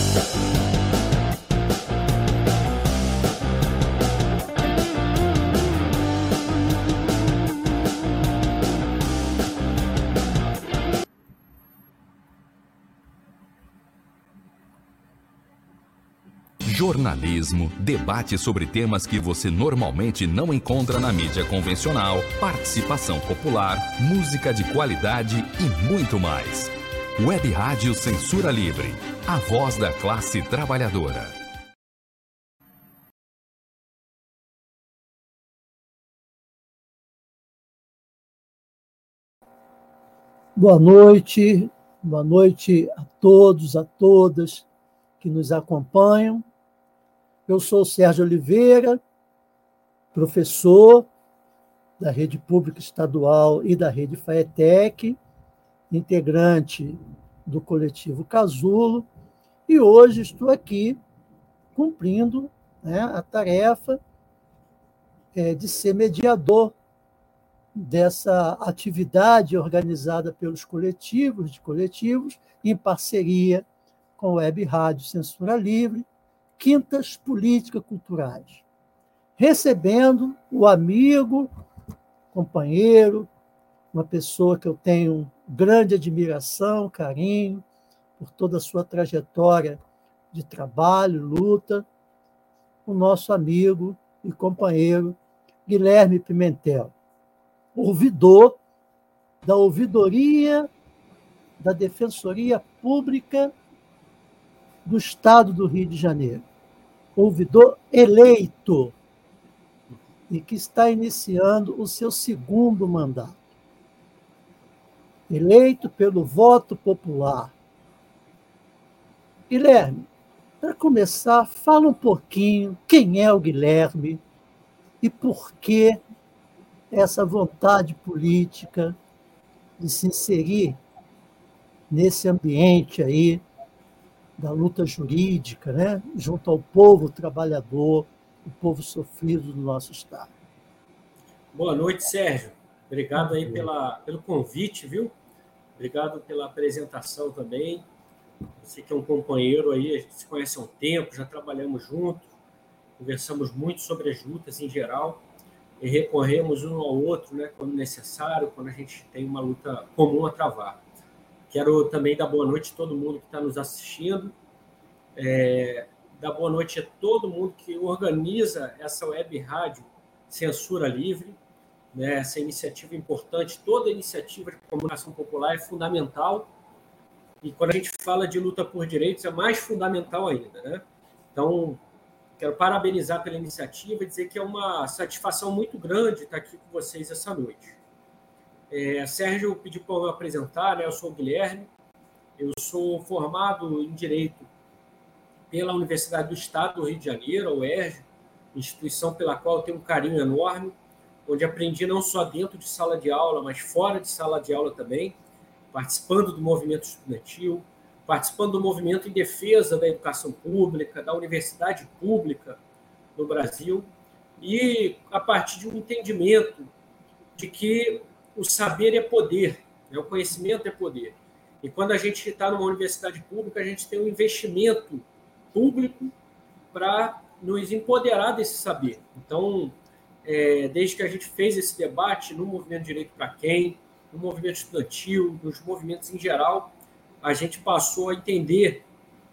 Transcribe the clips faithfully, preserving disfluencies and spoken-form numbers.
Jornalismo, debate sobre temas que você normalmente não encontra na mídia convencional, participação popular, música de qualidade e muito mais. Web Rádio Censura Livre, a voz da classe trabalhadora. Boa noite, boa noite a todos, a todas que nos acompanham. Eu sou Sérgio Oliveira, professor da Rede Pública Estadual e da Rede FAETEC, integrante do coletivo Casulo, e hoje estou aqui cumprindo, né, a tarefa é, de ser mediador dessa atividade organizada pelos coletivos, de coletivos, em parceria com a Web Rádio Censura Livre, Quintas Políticas Culturais, recebendo o amigo, companheiro, uma pessoa que eu tenho grande admiração, carinho, por toda a sua trajetória de trabalho, luta, o nosso amigo e companheiro Guilherme Pimentel, ouvidor da Ouvidoria da Defensoria Pública do Estado do Rio de Janeiro, ouvidor eleito e que está iniciando o seu segundo mandato. Eleito pelo voto popular. Guilherme, para começar, fala um pouquinho quem é o Guilherme e por que essa vontade política de se inserir nesse ambiente aí da luta jurídica, né, junto ao povo trabalhador, o povo sofrido do nosso Estado. Boa noite, Sérgio. Obrigado aí pela, pelo convite, viu? Obrigado pela apresentação também. Você que é um companheiro aí, a gente se conhece há um tempo, já trabalhamos juntos, conversamos muito sobre as lutas em geral e recorremos um ao outro, né, quando necessário, quando a gente tem uma luta comum a travar. Quero também dar boa noite a todo mundo que está nos assistindo, é, dar boa noite a todo mundo que organiza essa web rádio Censura Livre, né, essa iniciativa importante. Toda iniciativa de comunicação popular é fundamental, e quando a gente fala de luta por direitos é mais fundamental ainda, né? Então, quero parabenizar pela iniciativa e dizer que é uma satisfação muito grande estar aqui com vocês essa noite. É, Sérgio pediu para eu me apresentar, né? Eu sou o Guilherme, eu sou formado em Direito pela Universidade do Estado do Rio de Janeiro, a U E R J, instituição pela qual eu tenho um carinho enorme, onde aprendi não só dentro de sala de aula, mas fora de sala de aula também, participando do movimento estudantil, participando do movimento em defesa da educação pública, da universidade pública no Brasil, e a partir de um entendimento de que o saber é poder, né? O conhecimento é poder. E quando a gente está numa universidade pública, a gente tem um investimento público para nos empoderar desse saber. Então, é, desde que a gente fez esse debate no movimento Direito para Quem, no movimento estudantil, nos movimentos em geral, a gente passou a entender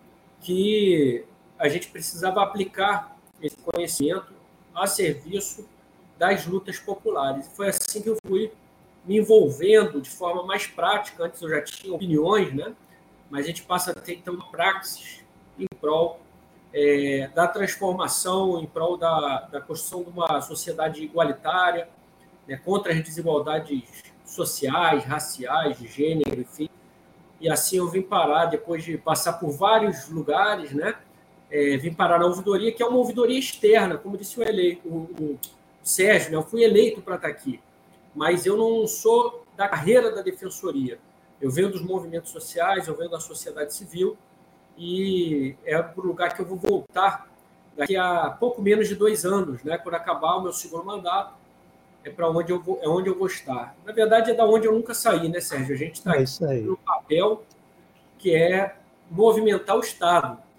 que a gente precisava aplicar esse conhecimento a serviço das lutas populares. Foi assim que eu fui me envolvendo de forma mais prática. Antes eu já tinha opiniões, né? Mas a gente passa a ter, então, uma praxis em prol é, da transformação, em prol da, da construção de uma sociedade igualitária, né, contra as desigualdades sociais, raciais, de gênero, enfim. E assim eu vim parar, depois de passar por vários lugares, né? É, vim parar na ouvidoria, que é uma ouvidoria externa, como disse o, eleito, o, o Sérgio, né? Eu fui eleito para estar aqui, mas eu não sou da carreira da defensoria. Eu venho dos movimentos sociais, eu venho da sociedade civil, e é para o lugar que eu vou voltar daqui a pouco menos de dois anos, né? Quando acabar o meu segundo mandato, é para onde eu vou, é onde eu vou estar. Na verdade, é da onde eu nunca saí, né, Sérgio? A gente está é aqui no papel que é movimentar o Estado.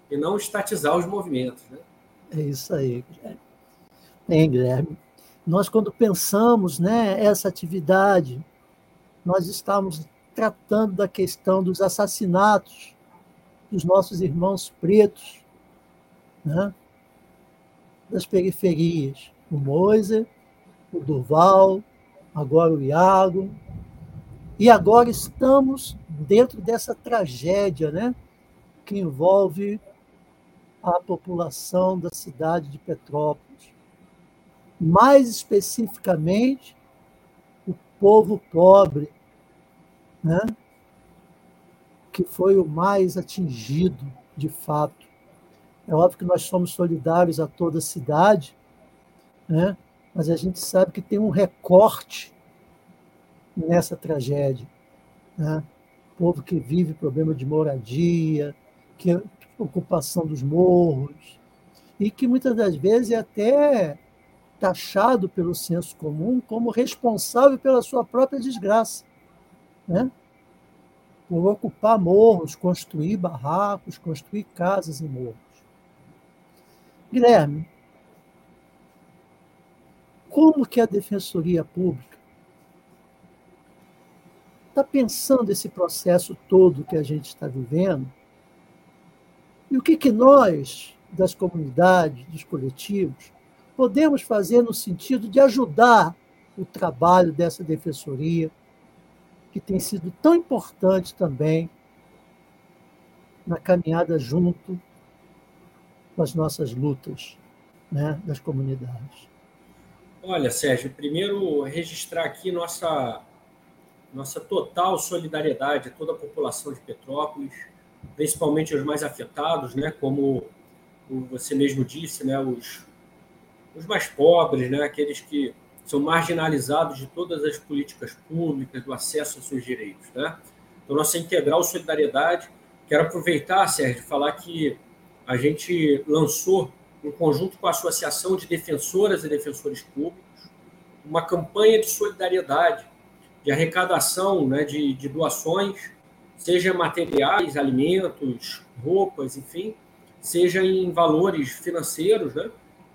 e não estatizar os movimentos, né? É isso aí, Guilherme. Bem, Guilherme, nós quando pensamos, né, essa atividade, nós estamos tratando da questão dos assassinatos dos nossos irmãos pretos, né, das periferias, o Moser, o Durval, agora o Iago, e agora estamos dentro dessa tragédia, né, que envolve a população da cidade de Petrópolis. Mais especificamente, o povo pobre, né, que foi o mais atingido, de fato. É óbvio que nós somos solidários a toda a cidade, né, mas a gente sabe que tem um recorte nessa tragédia, né? O povo que vive problema de moradia, que é ocupação dos morros, e que muitas das vezes é até taxado pelo senso comum como responsável pela sua própria desgraça, né? Por ocupar morros, construir barracos, construir casas em morros. Guilherme, como que a Defensoria Pública está pensando esse processo todo que a gente está vivendo? E o que, que nós, das comunidades, dos coletivos, podemos fazer no sentido de ajudar o trabalho dessa defensoria, que tem sido tão importante também na caminhada junto com as nossas lutas, né, das comunidades? Olha, Sérgio, primeiro registrar aqui nossa, nossa total solidariedade a toda a população de Petrópolis, principalmente os mais afetados, né, como você mesmo disse, né, os, os mais pobres, né, aqueles que são marginalizados de todas as políticas públicas, do acesso aos seus direitos, né? Então, nossa integral solidariedade. Quero aproveitar, Sérgio, falar que a gente lançou, em conjunto com a Associação de Defensoras e Defensores Públicos, uma campanha de solidariedade, de arrecadação, né, de, de doações, seja materiais, alimentos, roupas, enfim, seja em valores financeiros, né,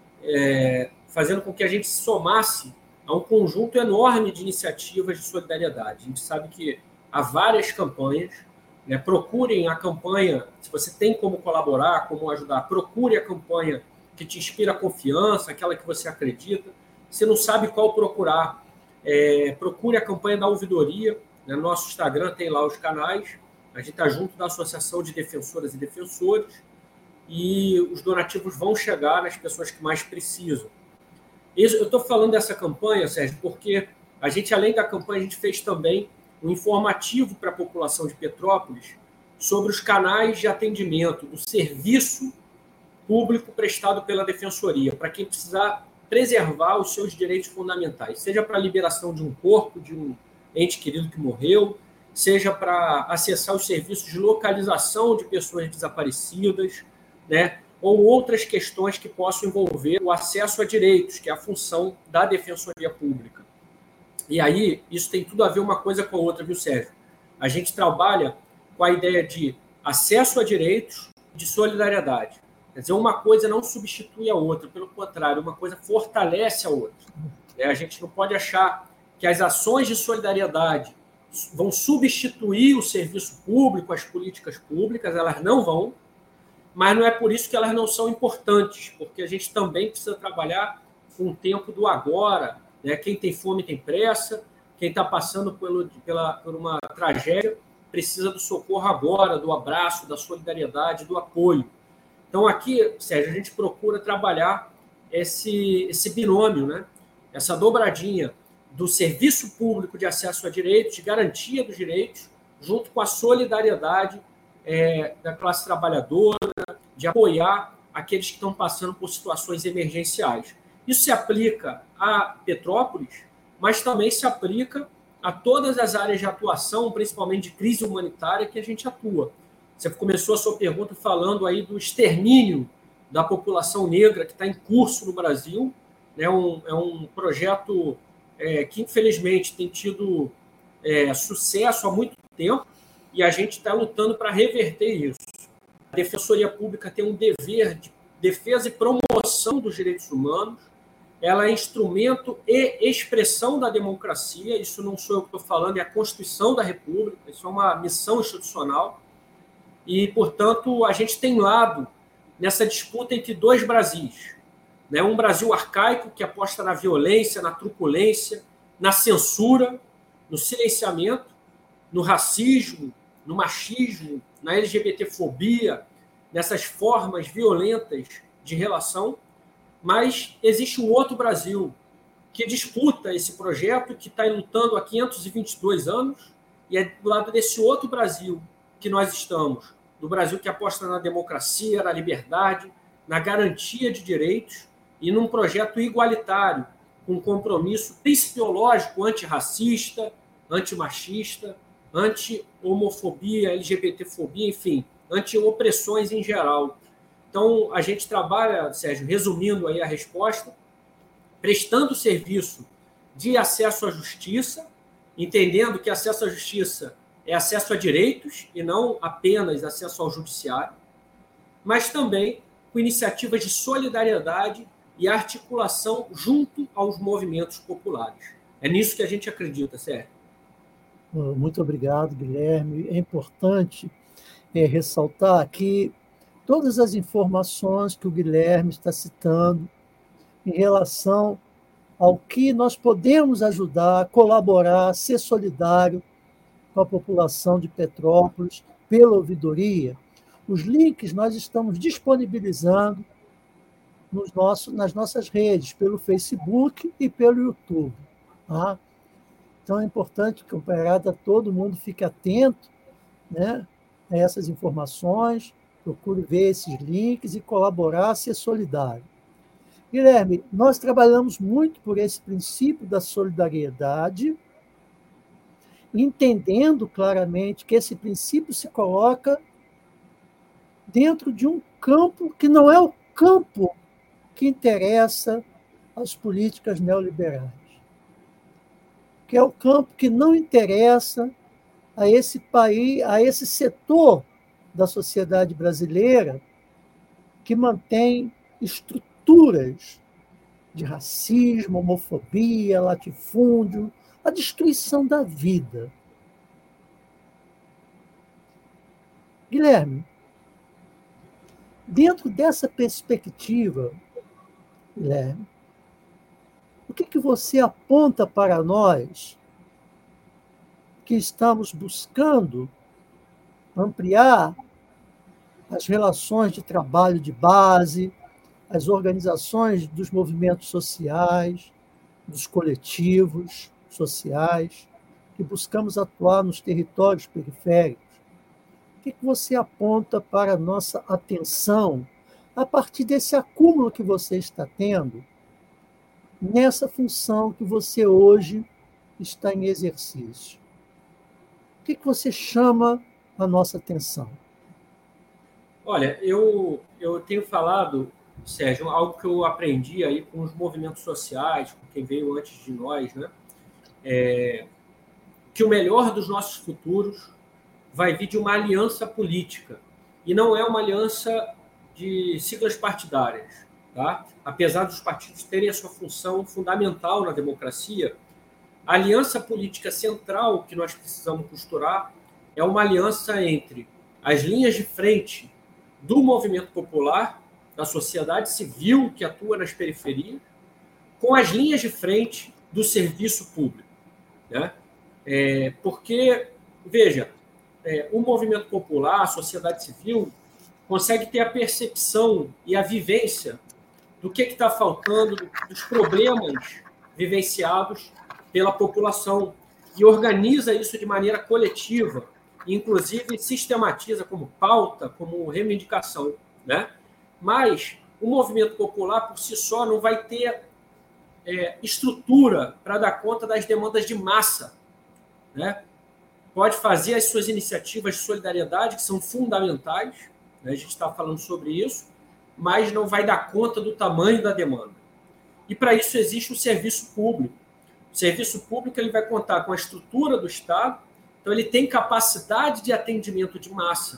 é, fazendo com que a gente se somasse a um conjunto enorme de iniciativas de solidariedade. A gente sabe que há várias campanhas, né, procurem a campanha, se você tem como colaborar, como ajudar, procure a campanha que te inspira confiança, aquela que você acredita. Se não sabe qual procurar, é, procure a campanha da ouvidoria, né, no nosso Instagram tem lá os canais, a gente está junto da Associação de Defensoras e Defensores, e os donativos vão chegar nas pessoas que mais precisam. Isso, eu estou falando dessa campanha, Sérgio, porque a gente, além da campanha, a gente fez também um informativo para a população de Petrópolis sobre os canais de atendimento do serviço público prestado pela Defensoria, para quem precisar preservar os seus direitos fundamentais, seja para a liberação de um corpo, de um ente querido que morreu, seja para acessar os serviços de localização de pessoas desaparecidas, né? Ou outras questões que possam envolver o acesso a direitos, que é a função da Defensoria Pública. E aí, isso tem tudo a ver uma coisa com a outra, viu, Sérgio? A gente trabalha com a ideia de acesso a direitos, de solidariedade. Quer dizer, uma coisa não substitui a outra, pelo contrário, uma coisa fortalece a outra. A gente não pode achar que as ações de solidariedade vão substituir o serviço público, as políticas públicas, elas não vão, mas não é por isso que elas não são importantes, porque a gente também precisa trabalhar com o tempo do agora, né? Quem tem fome tem pressa, quem está passando pelo, pela, por uma tragédia precisa do socorro agora, do abraço, da solidariedade, do apoio. Então, aqui, Sérgio, a gente procura trabalhar esse, esse binômio, né? Essa dobradinha do serviço público de acesso a direitos, de garantia dos direitos, junto com a solidariedade é, da classe trabalhadora, de apoiar aqueles que estão passando por situações emergenciais. Isso se aplica a Petrópolis, mas também se aplica a todas as áreas de atuação, principalmente de crise humanitária, que a gente atua. Você começou a sua pergunta falando aí do extermínio da população negra que está em curso no Brasil. É um, é um projeto é, que, infelizmente, tem tido é, sucesso há muito tempo e a gente está lutando para reverter isso. Defensoria Pública tem um dever de defesa e promoção dos direitos humanos, ela é instrumento e expressão da democracia, isso não sou eu que estou falando, é a Constituição da República, isso é uma missão institucional, e, portanto, a gente tem lado nessa disputa entre dois Brasis, né? Um Brasil arcaico, que aposta na violência, na truculência, na censura, no silenciamento, no racismo, no machismo, na LGBTfobia, nessas formas violentas de relação, mas existe um outro Brasil que disputa esse projeto, que está lutando há quinhentos e vinte e dois anos, e é do lado desse outro Brasil que nós estamos, do Brasil que aposta na democracia, na liberdade, na garantia de direitos e num projeto igualitário, com compromisso principiológico antirracista, antimachista, anti-homofobia, LGBTfobia, enfim, anti-opressões em geral. Então, a gente trabalha, Sérgio, resumindo aí a resposta, prestando serviço de acesso à justiça, entendendo que acesso à justiça é acesso a direitos e não apenas acesso ao judiciário, mas também com iniciativas de solidariedade e articulação junto aos movimentos populares. É nisso que a gente acredita, Sérgio. Muito obrigado, Guilherme. É importante é, ressaltar que todas as informações que o Guilherme está citando em relação ao que nós podemos ajudar, colaborar, ser solidário com a população de Petrópolis pela ouvidoria, os links nós estamos disponibilizando nos nossos, nas nossas redes, pelo Facebook e pelo YouTube. Tá? Então, é importante que, comparada, todo mundo fique atento, né, a essas informações, procure ver esses links e colaborar, ser solidário. Guilherme, nós trabalhamos muito por esse princípio da solidariedade, entendendo claramente que esse princípio se coloca dentro de um campo que não é o campo que interessa às políticas neoliberais, que é o campo que não interessa a esse país, a esse setor da sociedade brasileira que mantém estruturas de racismo, homofobia, latifúndio, a destruição da vida. Guilherme, dentro dessa perspectiva, Guilherme, o que, que você aponta para nós que estamos buscando ampliar as relações de trabalho de base, as organizações dos movimentos sociais, dos coletivos sociais, que buscamos atuar nos territórios periféricos? O que, que você aponta para a nossa atenção a partir desse acúmulo que você está tendo nessa função que você hoje está em exercício? O que, que você chama a nossa atenção? Olha, eu, eu tenho falado, Sérgio, algo que eu aprendi aí com os movimentos sociais, com quem veio antes de nós, né? É, que o melhor dos nossos futuros vai vir de uma aliança política, e não é uma aliança de siglas partidárias. Tá? Apesar dos partidos terem a sua função fundamental na democracia, a aliança política central que nós precisamos costurar é uma aliança entre as linhas de frente do movimento popular, da sociedade civil que atua nas periferias, com as linhas de frente do serviço público. Né? É, porque, veja, é, o movimento popular, a sociedade civil, consegue ter a percepção e a vivência do que está faltando, dos problemas vivenciados pela população, e organiza isso de maneira coletiva, e inclusive sistematiza como pauta, como reivindicação. Né? Mas o movimento popular, por si só, não vai ter é, estrutura para dar conta das demandas de massa. Né? Pode fazer as suas iniciativas de solidariedade, que são fundamentais, né? A gente está falando sobre isso, mas não vai dar conta do tamanho da demanda. E, para isso, existe o serviço público. O serviço público ele vai contar com a estrutura do Estado, então ele tem capacidade de atendimento de massa,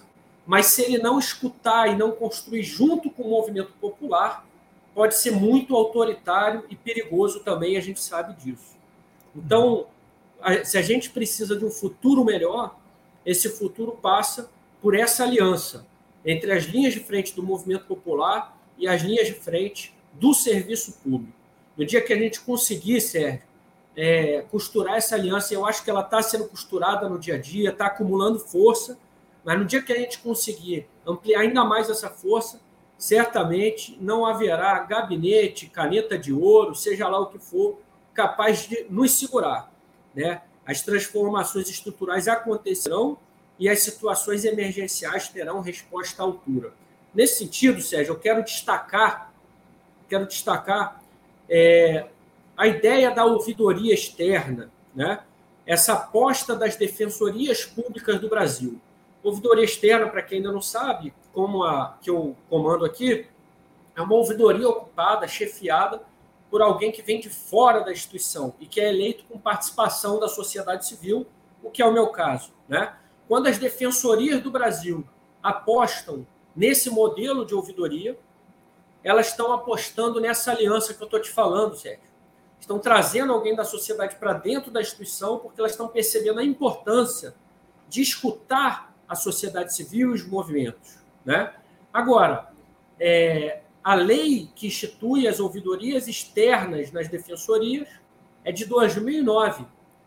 mas se ele não escutar e não construir junto com o movimento popular, pode ser muito autoritário e perigoso também, a gente sabe disso. Então, se a gente precisa de um futuro melhor, esse futuro passa por essa aliança entre as linhas de frente do movimento popular e as linhas de frente do serviço público. No dia que a gente conseguir, Sérgio, é, costurar essa aliança, eu acho que ela está sendo costurada no dia a dia, está acumulando força, mas no dia que a gente conseguir ampliar ainda mais essa força, certamente não haverá gabinete, caneta de ouro, seja lá o que for, capaz de nos segurar, né? As transformações estruturais acontecerão e as situações emergenciais terão resposta à altura. Nesse sentido, Sérgio, eu quero destacar, quero destacar é, a ideia da ouvidoria externa, né? Essa aposta das defensorias públicas do Brasil. Ouvidoria externa, para quem ainda não sabe, como a que eu comando aqui, é uma ouvidoria ocupada, chefiada por alguém que vem de fora da instituição e que é eleito com participação da sociedade civil, o que é o meu caso, né? Quando as defensorias do Brasil apostam nesse modelo de ouvidoria, elas estão apostando nessa aliança que eu estou te falando, Sérgio. Estão trazendo alguém da sociedade para dentro da instituição porque elas estão percebendo a importância de escutar a sociedade civil e os movimentos, né? Agora, é, a lei que institui as ouvidorias externas nas defensorias é de dois mil e nove,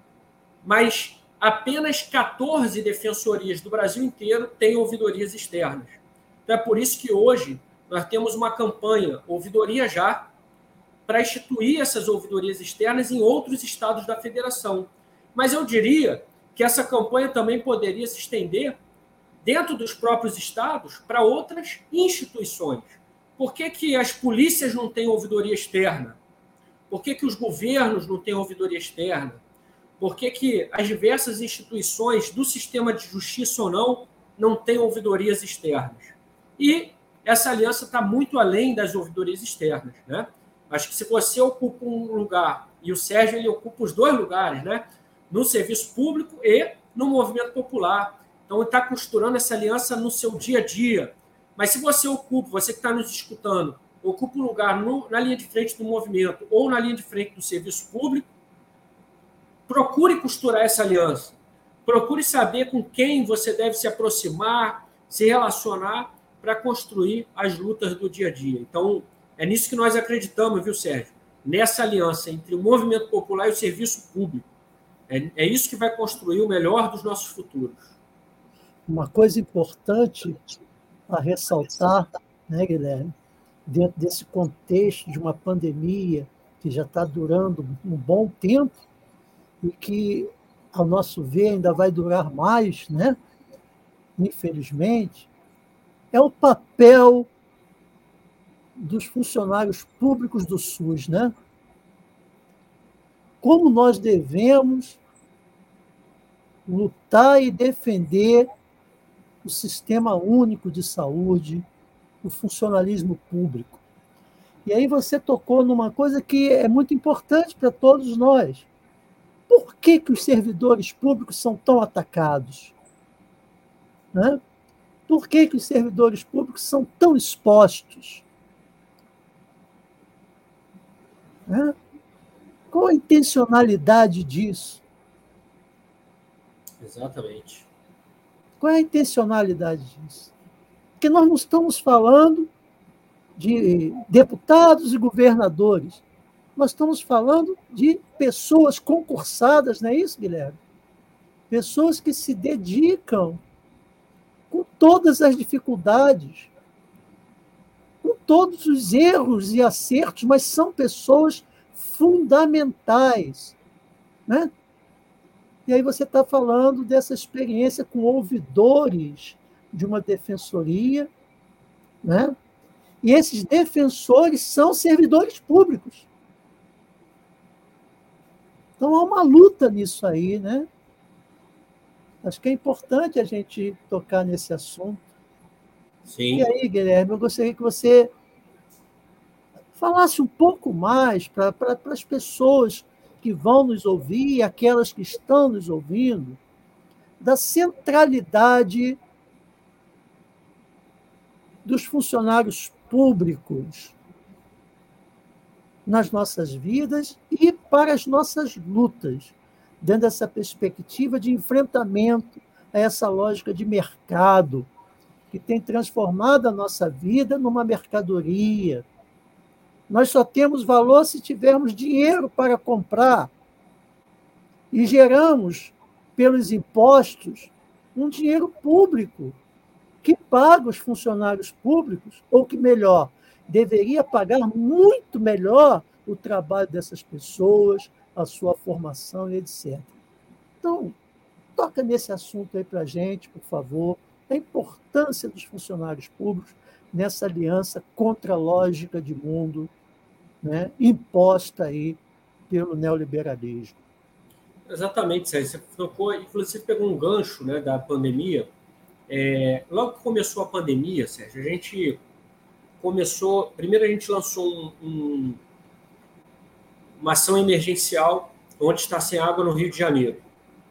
mas apenas quatorze defensorias do Brasil inteiro têm ouvidorias externas. Então é por isso que hoje nós temos uma campanha Ouvidoria Já, para instituir essas ouvidorias externas em outros estados da federação. Mas eu diria que essa campanha também poderia se estender dentro dos próprios estados para outras instituições. Por que que as polícias não têm ouvidoria externa? Por que que os governos não têm ouvidoria externa? Por que que as diversas instituições do sistema de justiça ou não não têm ouvidorias externas? E essa aliança está muito além das ouvidorias externas, né? Acho que se você ocupa um lugar, e o Sérgio ele ocupa os dois lugares, né? No serviço público e no movimento popular. Então, ele está costurando essa aliança no seu dia a dia. Mas se você ocupa, você que está nos escutando, ocupa um lugar no, na linha de frente do movimento ou na linha de frente do serviço público, procure costurar essa aliança. Procure saber com quem você deve se aproximar, se relacionar para construir as lutas do dia a dia. Então, é nisso que nós acreditamos, viu, Sérgio? Nessa aliança entre o movimento popular e o serviço público. É, é isso que vai construir o melhor dos nossos futuros. Uma coisa importante a ressaltar, né, Guilherme, dentro desse contexto de uma pandemia que já está durando um bom tempo e que, ao nosso ver, ainda vai durar mais, né? Infelizmente, é o papel dos funcionários públicos do SUS, né? Como nós devemos lutar e defender o sistema único de saúde, o funcionalismo público. E aí você tocou numa coisa que é muito importante para todos nós. Por que que os servidores públicos são tão atacados? Né? Por que que os servidores públicos são tão expostos? Né? Qual a intencionalidade disso? Exatamente. Qual é a intencionalidade disso? Porque nós não estamos falando de deputados e governadores. Nós estamos falando de pessoas concursadas, não é isso, Guilherme? Pessoas que se dedicam com todas as dificuldades, com todos os erros e acertos, mas são pessoas fundamentais, né? E aí você está falando dessa experiência com ouvidores de uma defensoria, né? E esses defensores são servidores públicos. Então há uma luta nisso aí, né? Acho que é importante a gente tocar nesse assunto. Sim. E aí, Guilherme, eu gostaria que você falasse um pouco mais para pra, as pessoas que vão nos ouvir e aquelas que estão nos ouvindo, da centralidade dos funcionários públicos nas nossas vidas e para as nossas lutas, dentro dessa perspectiva de enfrentamento a essa lógica de mercado que tem transformado a nossa vida numa mercadoria. Nós só temos valor se tivermos dinheiro para comprar e geramos, pelos impostos, um dinheiro público que paga os funcionários públicos, ou que, melhor, deveria pagar muito melhor o trabalho dessas pessoas, a sua formação e etcétera. Então, toca nesse assunto aí para a gente, por favor, a importância dos funcionários públicos nessa aliança contra a lógica de mundo, né, imposta aí pelo neoliberalismo. Exatamente, Sérgio. Você tocou, inclusive pegou um gancho, né, da pandemia. É, logo que começou a pandemia, Sérgio, a gente começou... Primeiro a gente lançou um, um, uma ação emergencial onde está sem água no Rio de Janeiro.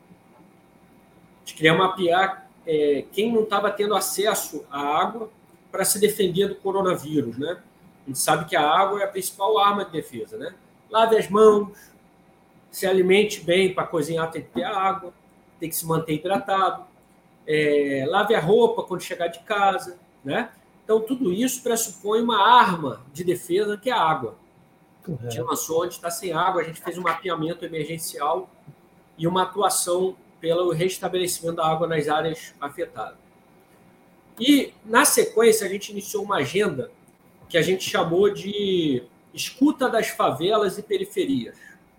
A gente queria mapear é, quem não estava tendo acesso à água para se defender do coronavírus, né? A gente sabe que a água é a principal arma de defesa, né? Lave as mãos, se alimente bem, para cozinhar tem que ter água, tem que se manter hidratado, é, lave a roupa quando chegar de casa, né? Então, tudo isso pressupõe uma arma de defesa, que é a água. Correto. A gente lançou onde está sem água, a gente fez um mapeamento emergencial e uma atuação pelo restabelecimento da água nas áreas afetadas. E, na sequência, a gente iniciou uma agenda que a gente chamou de escuta das favelas e periferias.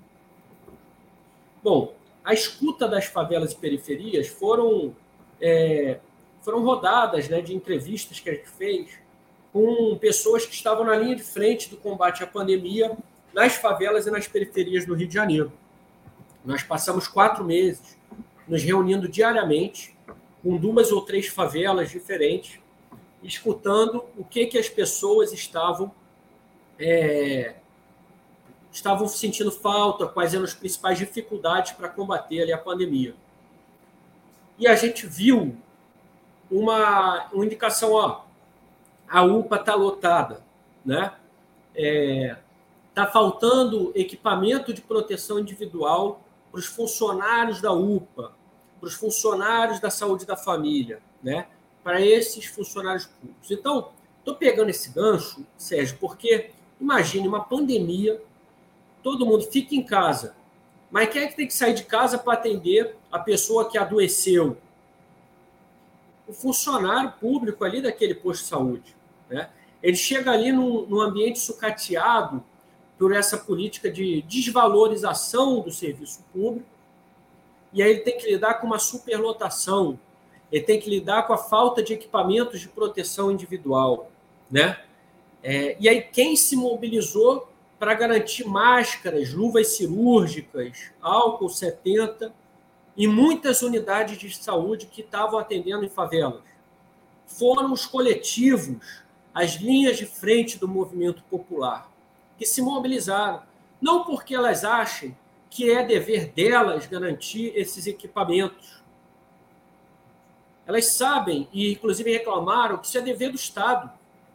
Bom, a escuta das favelas e periferias foram, é, foram rodadas, né, de entrevistas que a gente fez com pessoas que estavam na linha de frente do combate à pandemia nas favelas e nas periferias do Rio de Janeiro. Nós passamos quatro meses nos reunindo diariamente com duas ou três favelas diferentes, escutando o que, que as pessoas estavam, é, estavam sentindo falta, quais eram as principais dificuldades para combater ali a pandemia. E a gente viu uma, uma indicação, ó, a U P A está lotada, né? É, tá faltando equipamento de proteção individual para os funcionários da U P A, para os funcionários da saúde da família, né? Para esses funcionários públicos. Então, estou pegando esse gancho, Sérgio, porque imagine uma pandemia, todo mundo fica em casa, mas quem é que tem que sair de casa para atender a pessoa que adoeceu? O funcionário público ali daquele posto de saúde, né? Ele chega ali num, num ambiente sucateado por essa política de desvalorização do serviço público, e aí ele tem que lidar com uma superlotação, ele tem que lidar com a falta de equipamentos de proteção individual, né? É, e aí quem se mobilizou para garantir máscaras, luvas cirúrgicas, álcool setenta e muitas unidades de saúde que estavam atendendo em favelas? Foram os coletivos, as linhas de frente do movimento popular, que se mobilizaram, não porque elas achem que é dever delas garantir esses equipamentos. Elas sabem, e inclusive reclamaram, que isso é dever do Estado.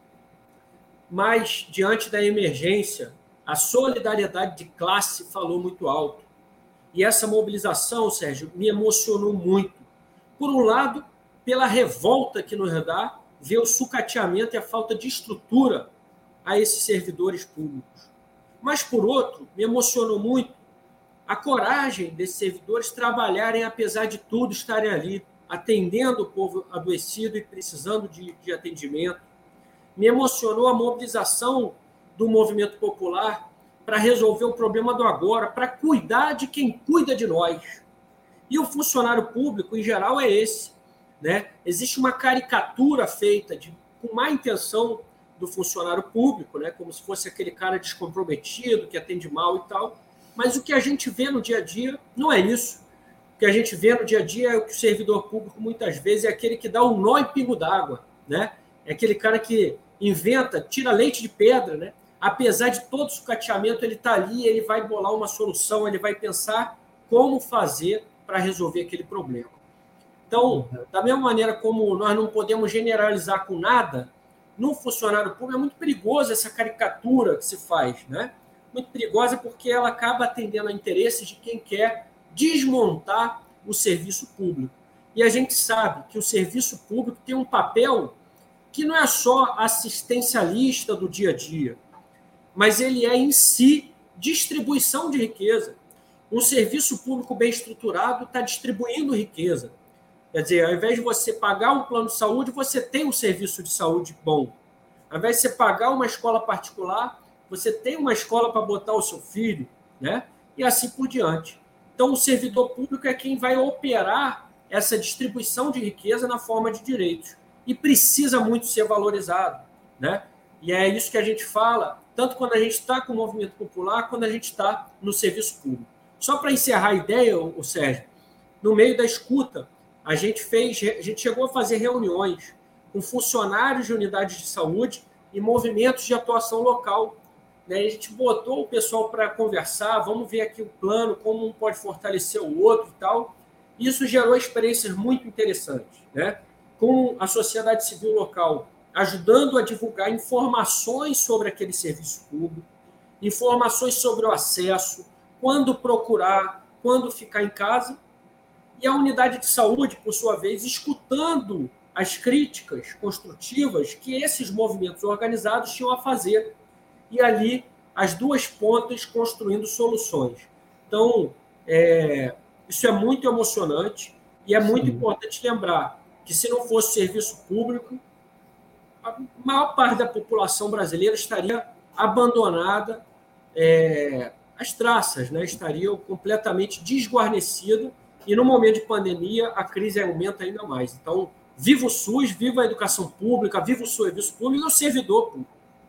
Mas, diante da emergência, a solidariedade de classe falou muito alto. E essa mobilização, Sérgio, me emocionou muito. Por um lado, pela revolta que nos dá ver o sucateamento e a falta de estrutura a esses servidores públicos. Mas, por outro, me emocionou muito a coragem desses servidores trabalharem, apesar de tudo, estarem ali, atendendo o povo adoecido e precisando de, de atendimento. Me emocionou a mobilização do movimento popular para resolver o problema do agora, para cuidar de quem cuida de nós. E o funcionário público, em geral, é esse, né? Existe uma caricatura feita de, com má intenção do funcionário público, né? Como se fosse aquele cara descomprometido, que atende mal e tal. Mas o que a gente vê no dia a dia não é isso. O que a gente vê no dia a dia é o que o servidor público, muitas vezes, é aquele que dá um nó em pingo d'água, né? É aquele cara que inventa, tira leite de pedra, né? Apesar de todo o sucateamento, ele está ali, ele vai bolar uma solução, ele vai pensar como fazer para resolver aquele problema. Então, da mesma maneira como nós não podemos generalizar com nada, no funcionário público, é muito perigoso essa caricatura que se faz, né? Muito perigosa porque ela acaba atendendo a interesses de quem quer desmontar o serviço público. E a gente sabe que o serviço público tem um papel que não é só assistencialista do dia a dia, mas ele é, em si, distribuição de riqueza. Um serviço público bem estruturado está distribuindo riqueza. Quer dizer, ao invés de você pagar um plano de saúde, você tem um serviço de saúde bom. Ao invés de você pagar uma escola particular, você tem uma escola para botar o seu filho, né? E assim por diante. Então, o servidor público é quem vai operar essa distribuição de riqueza na forma de direitos. E precisa muito ser valorizado, né? E é isso que a gente fala, tanto quando a gente está com o movimento popular, quando a gente está no serviço público. Só para encerrar a ideia, o Sérgio, no meio da escuta, a gente fez, a gente chegou a fazer reuniões com funcionários de unidades de saúde e movimentos de atuação local. Né? A gente botou o pessoal para conversar, vamos ver aqui o plano, como um pode fortalecer o outro e tal. Isso gerou experiências muito interessantes, né? Com a sociedade civil local ajudando a divulgar informações sobre aquele serviço público, informações sobre o acesso, quando procurar, quando ficar em casa, e a unidade de saúde, por sua vez, escutando as críticas construtivas que esses movimentos organizados tinham a fazer, e ali as duas pontas construindo soluções. Então, é, isso é muito emocionante e é muito Sim. importante lembrar que, se não fosse serviço público, a maior parte da população brasileira estaria abandonada é, às traças, né? Estaria completamente desguarnecida, e no momento de pandemia a crise aumenta ainda mais. Então, viva o SUS, viva a educação pública, viva o serviço público e o servidor público.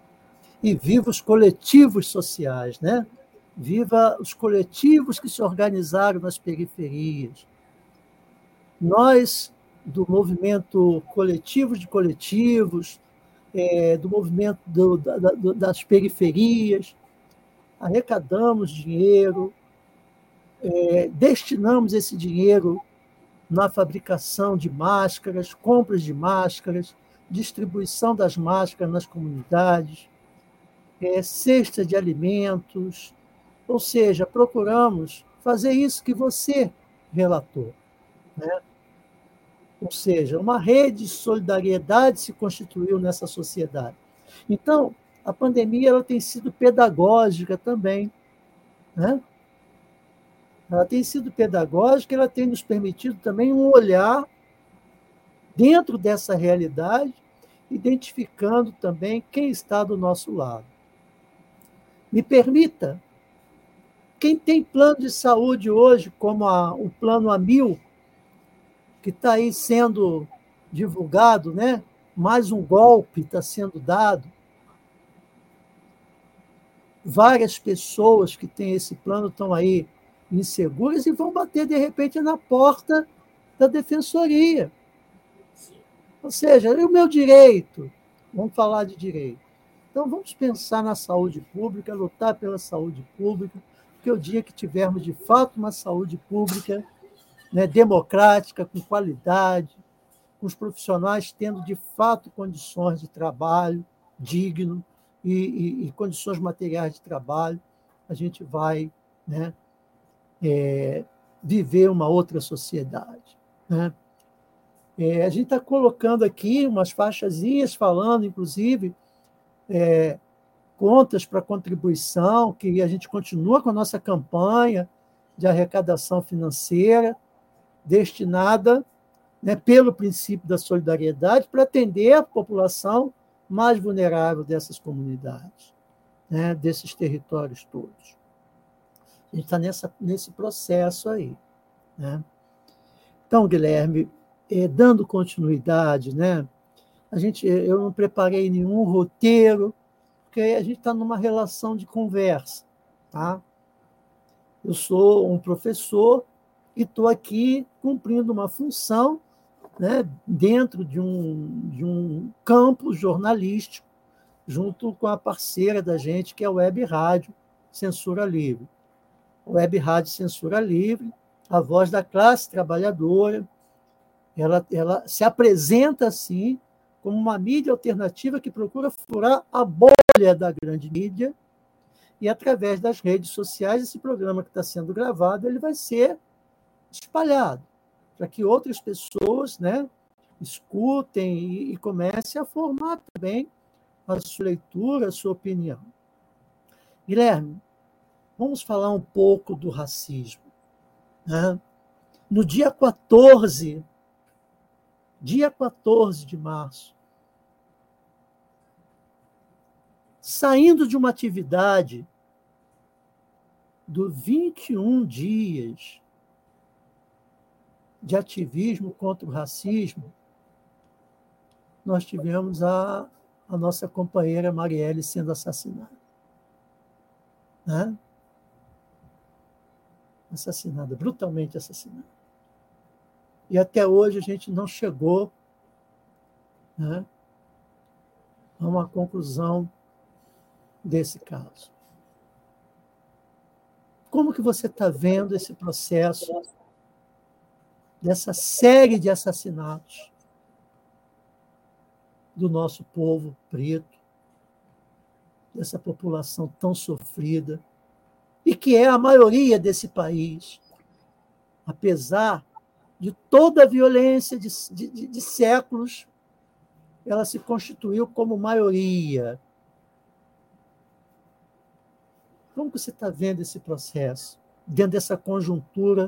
E viva os coletivos sociais, né? Viva os coletivos que se organizaram nas periferias. Nós, do movimento Coletivos de Coletivos, é, do movimento do, da, do, das periferias, arrecadamos dinheiro, é, destinamos esse dinheiro na fabricação de máscaras, compras de máscaras, distribuição das máscaras nas comunidades, é, cesta de alimentos, ou seja, procuramos fazer isso que você relatou, né? Ou seja, uma rede de solidariedade se constituiu nessa sociedade. Então, a pandemia ela tem sido pedagógica também, né? Ela tem sido pedagógica, ela tem nos permitido também um olhar dentro dessa realidade, identificando também quem está do nosso lado. Me permita, quem tem plano de saúde hoje, como a, o Plano Amil, que está aí sendo divulgado, né? Mais um golpe está sendo dado. Várias pessoas que têm esse plano estão aí inseguras e vão bater, de repente, na porta da defensoria. Ou seja, é o meu direito. Vamos falar de direito. Então, vamos pensar na saúde pública, lutar pela saúde pública, porque o dia que tivermos, de fato, uma saúde pública, né, democrática, com qualidade, com os profissionais tendo, de fato, condições de trabalho digno e, e, e condições materiais de trabalho, a gente vai, né, é, viver uma outra sociedade. Né? É, a gente está colocando aqui umas faixazinhas falando, inclusive, é, contas para contribuição, que a gente continua com a nossa campanha de arrecadação financeira, destinada, né, pelo princípio da solidariedade, para atender a população mais vulnerável dessas comunidades, né, desses territórios todos. A gente está nessa, nesse processo aí. Né? Então, Guilherme, eh, dando continuidade, né, a gente, eu não preparei nenhum roteiro, porque a gente está numa relação de conversa. Tá? Eu sou um professor e estou aqui cumprindo uma função, né, dentro de um, de um campo jornalístico, junto com a parceira da gente, que é a Web Rádio Censura Livre. Web Rádio Censura Livre, a voz da classe trabalhadora, ela, ela se apresenta assim como uma mídia alternativa que procura furar a bolha da grande mídia, e através das redes sociais, esse programa que está sendo gravado, ele vai ser espalhado, para que outras pessoas, né, escutem e, e comecem a formar também a sua leitura, a sua opinião. Guilherme, vamos falar um pouco do racismo, né? No dia quatorze, dia quatorze de março, saindo de uma atividade do vinte e um dias de ativismo contra o racismo, nós tivemos a, a nossa companheira Marielle sendo assassinada. Né? Assassinada, brutalmente assassinada. E até hoje a gente não chegou, né, a uma conclusão desse caso. Como que você está vendo esse processo dessa série de assassinatos do nosso povo preto, dessa população tão sofrida, e que é a maioria desse país, apesar de toda a violência de, de, de séculos, ela se constituiu como maioria. Como você está vendo esse processo, dentro dessa conjuntura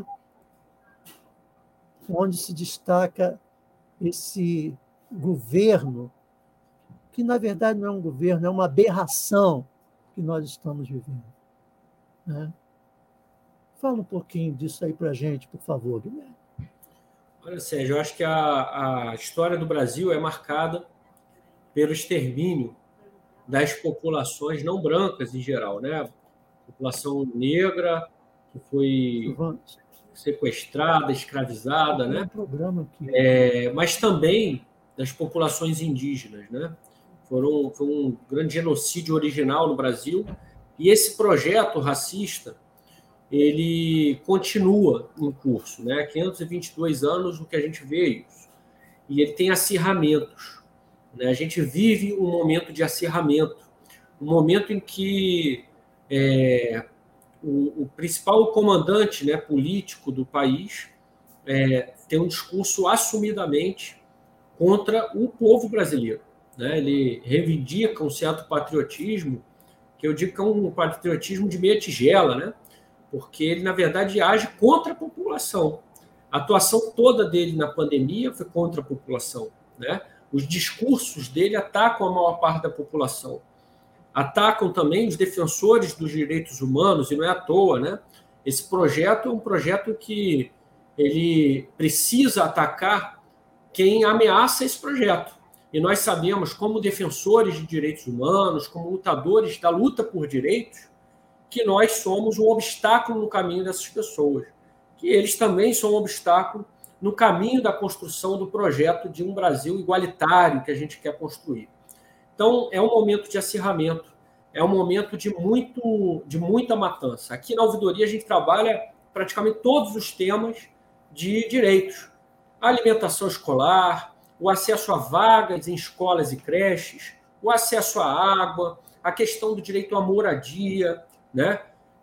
onde se destaca esse governo, que, na verdade, não é um governo, é uma aberração que nós estamos vivendo. Né? Fala um pouquinho disso aí para a gente, por favor, Guilherme. Olha, Sérgio, eu acho que a, a história do Brasil é marcada pelo extermínio das populações não brancas em geral, né? População negra que foi sequestrada, escravizada, né? Um programa aqui. É, mas também das populações indígenas, né? Foram, foi um grande genocídio original no Brasil, e esse projeto racista ele continua em curso, né? quinhentos e vinte e dois anos no que a gente vê isso, e ele tem acirramentos, né? A gente vive um momento de acirramento, um momento em que é, o, o principal comandante, né, político do país é, tem um discurso assumidamente contra o povo brasileiro, né? Ele reivindica um certo patriotismo, que eu digo que é um patriotismo de meia tigela, né? Porque ele, na verdade, age contra a população. A atuação toda dele na pandemia foi contra a população, né? Os discursos dele atacam a maior parte da população. Atacam também os defensores dos direitos humanos, e não é à toa, né? Esse projeto é um projeto que ele precisa atacar quem ameaça esse projeto. E nós sabemos, como defensores de direitos humanos, como lutadores da luta por direitos, que nós somos um obstáculo no caminho dessas pessoas, que eles também são um obstáculo no caminho da construção do projeto de um Brasil igualitário que a gente quer construir. Então, é um momento de acirramento, é um momento de, muito, de muita matança. Aqui na Ouvidoria a gente trabalha praticamente todos os temas de direitos. A alimentação escolar, o acesso a vagas em escolas e creches, o acesso à água, a questão do direito à moradia, né?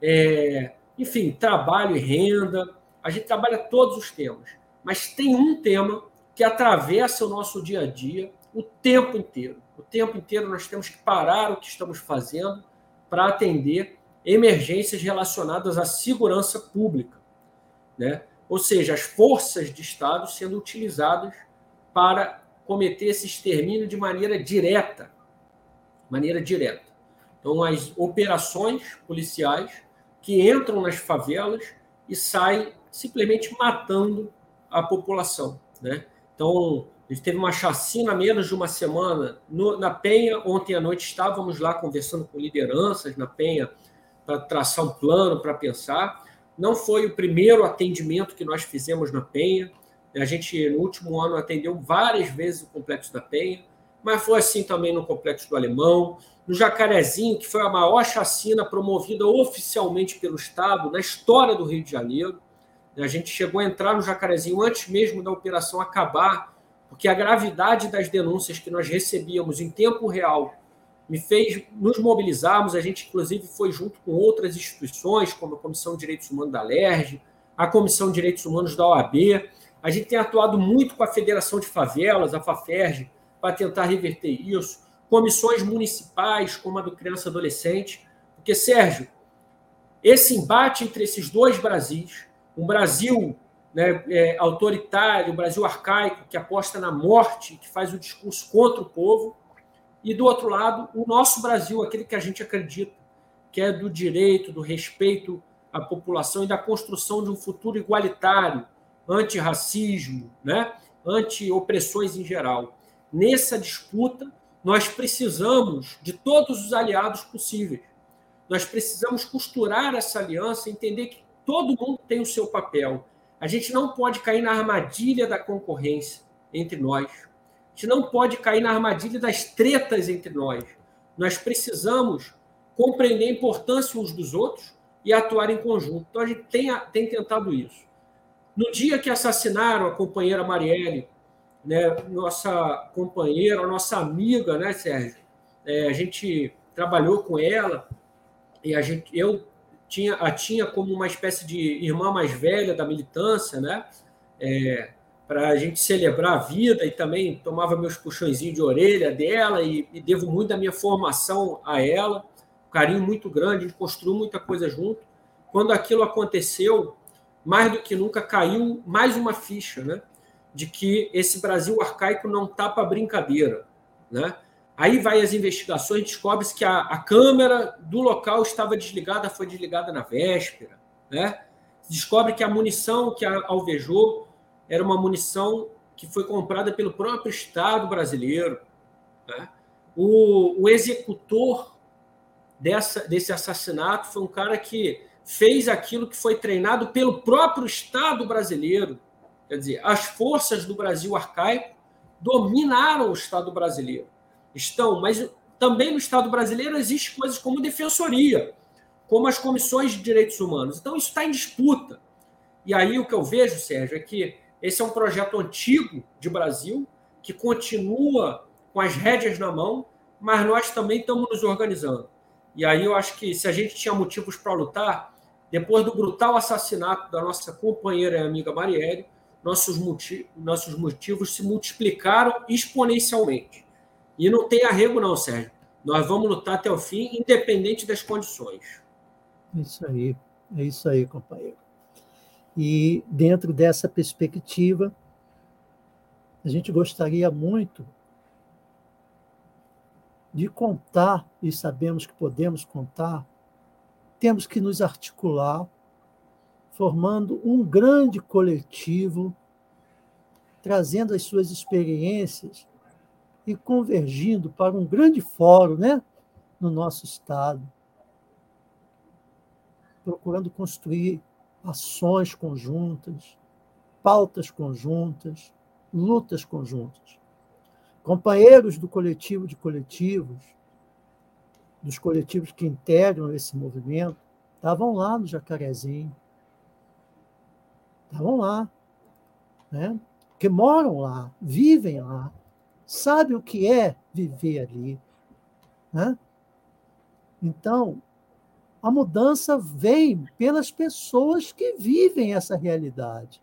É, enfim, trabalho e renda. A gente trabalha todos os temas, mas tem um tema que atravessa o nosso dia a dia o tempo inteiro. O tempo inteiro nós temos que parar o que estamos fazendo para atender emergências relacionadas à segurança pública, né? Ou seja, as forças de Estado sendo utilizadas para cometer esse extermínio de maneira direta, maneira direta. Então, as operações policiais que entram nas favelas e saem simplesmente matando a população, né? Então, a gente teve uma chacina há menos de uma semana no, na Penha. Ontem à noite estávamos lá conversando com lideranças na Penha para traçar um plano, para pensar. Não foi o primeiro atendimento que nós fizemos na Penha. A gente, no último ano, atendeu várias vezes o Complexo da Penha, mas foi assim também no Complexo do Alemão, no Jacarezinho, que foi a maior chacina promovida oficialmente pelo Estado na história do Rio de Janeiro. A gente chegou a entrar no Jacarezinho antes mesmo da operação acabar, porque a gravidade das denúncias que nós recebíamos em tempo real me fez nos mobilizarmos. A gente, inclusive, foi junto com outras instituições, como a Comissão de Direitos Humanos da Alerj, a Comissão de Direitos Humanos da O A B. A gente tem atuado muito com a Federação de Favelas, a FAFERJ, para tentar reverter isso. Comissões municipais, como a do Criança e Adolescente. Porque, Sérgio, esse embate entre esses dois Brasis, um Brasil, né, é, autoritário, um Brasil arcaico, que aposta na morte, que faz o discurso contra o povo, e, do outro lado, o nosso Brasil, aquele que a gente acredita, que é do direito, do respeito à população e da construção de um futuro igualitário, anti-racismo, né? Anti-opressões em geral. Nessa disputa, nós precisamos de todos os aliados possíveis. Nós precisamos costurar essa aliança, entender que todo mundo tem o seu papel. A gente não pode cair na armadilha da concorrência entre nós. A gente não pode cair na armadilha das tretas entre nós. Nós precisamos compreender a importância uns dos outros e atuar em conjunto. Então, a gente tem, tem tentado isso. No dia que assassinaram a companheira Marielle, né, nossa companheira, nossa amiga, né, Sérgio? É, a gente trabalhou com ela e a gente, eu tinha, a tinha como uma espécie de irmã mais velha da militância, né? É, para a gente celebrar a vida, e também tomava meus puxõezinhos de orelha dela, e, e devo muito da minha formação a ela, um carinho muito grande, a gente construiu muita coisa junto. Quando aquilo aconteceu, mais do que nunca caiu mais uma ficha, né, de que esse Brasil arcaico não está para brincadeira, né? Aí vai as investigações, descobre-se que a, a câmera do local estava desligada, foi desligada na véspera, né? Descobre que a munição que a alvejou era uma munição que foi comprada pelo próprio Estado brasileiro, né? O, o executor dessa, desse assassinato foi um cara que fez aquilo que foi treinado pelo próprio Estado brasileiro. Quer dizer, as forças do Brasil arcaico dominaram o Estado brasileiro. Estão, mas também no Estado brasileiro existem coisas como defensoria, como as comissões de direitos humanos. Então, isso está em disputa. E aí o que eu vejo, Sérgio, é que esse é um projeto antigo de Brasil, que continua com as rédeas na mão, mas nós também estamos nos organizando. E aí eu acho que se a gente tinha motivos para lutar, depois do brutal assassinato da nossa companheira e amiga Marielle, nossos motivos, nossos motivos se multiplicaram exponencialmente. E não tem arrego não, Sérgio. Nós vamos lutar até o fim, independente das condições. Isso aí, é isso aí, companheiro. E dentro dessa perspectiva, a gente gostaria muito de contar, e sabemos que podemos contar, temos que nos articular, formando um grande coletivo, trazendo as suas experiências e convergindo para um grande fórum, né, no nosso Estado, procurando construir ações conjuntas, pautas conjuntas, lutas conjuntas. Companheiros do coletivo de coletivos, dos coletivos que integram esse movimento, estavam lá no Jacarezinho, estavam lá, né? Que moram lá, vivem lá, sabem o que é viver ali, né? Então, a mudança vem pelas pessoas que vivem essa realidade.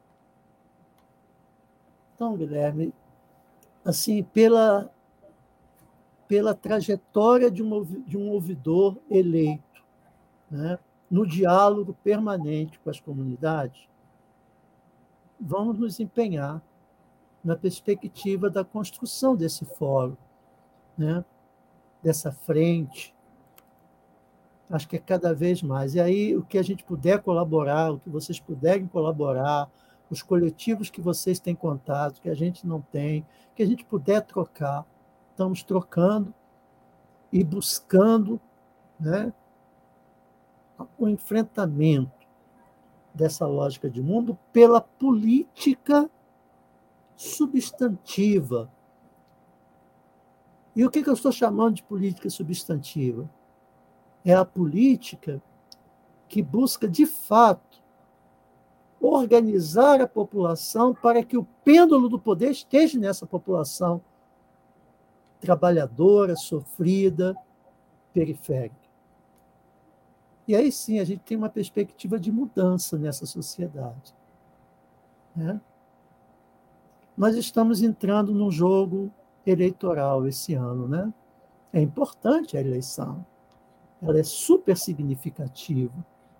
Então, Guilherme, assim, pela, pela trajetória de um, de um ouvidor eleito, né, no diálogo permanente com as comunidades, vamos nos empenhar na perspectiva da construção desse fórum, né, dessa frente. Acho que é cada vez mais. E aí, o que a gente puder colaborar, o que vocês puderem colaborar, os coletivos que vocês têm contato, que a gente não tem, que a gente puder trocar, estamos trocando e buscando, né, o enfrentamento dessa lógica de mundo pela política substantiva. E o que eu estou chamando de política substantiva? É a política que busca, de fato, organizar a população para que o pêndulo do poder esteja nessa população trabalhadora, sofrida, periférica. E aí sim a gente tem uma perspectiva de mudança nessa sociedade. Né? Nós estamos entrando num jogo eleitoral esse ano. Né? É importante a eleição. Ela é super significativa.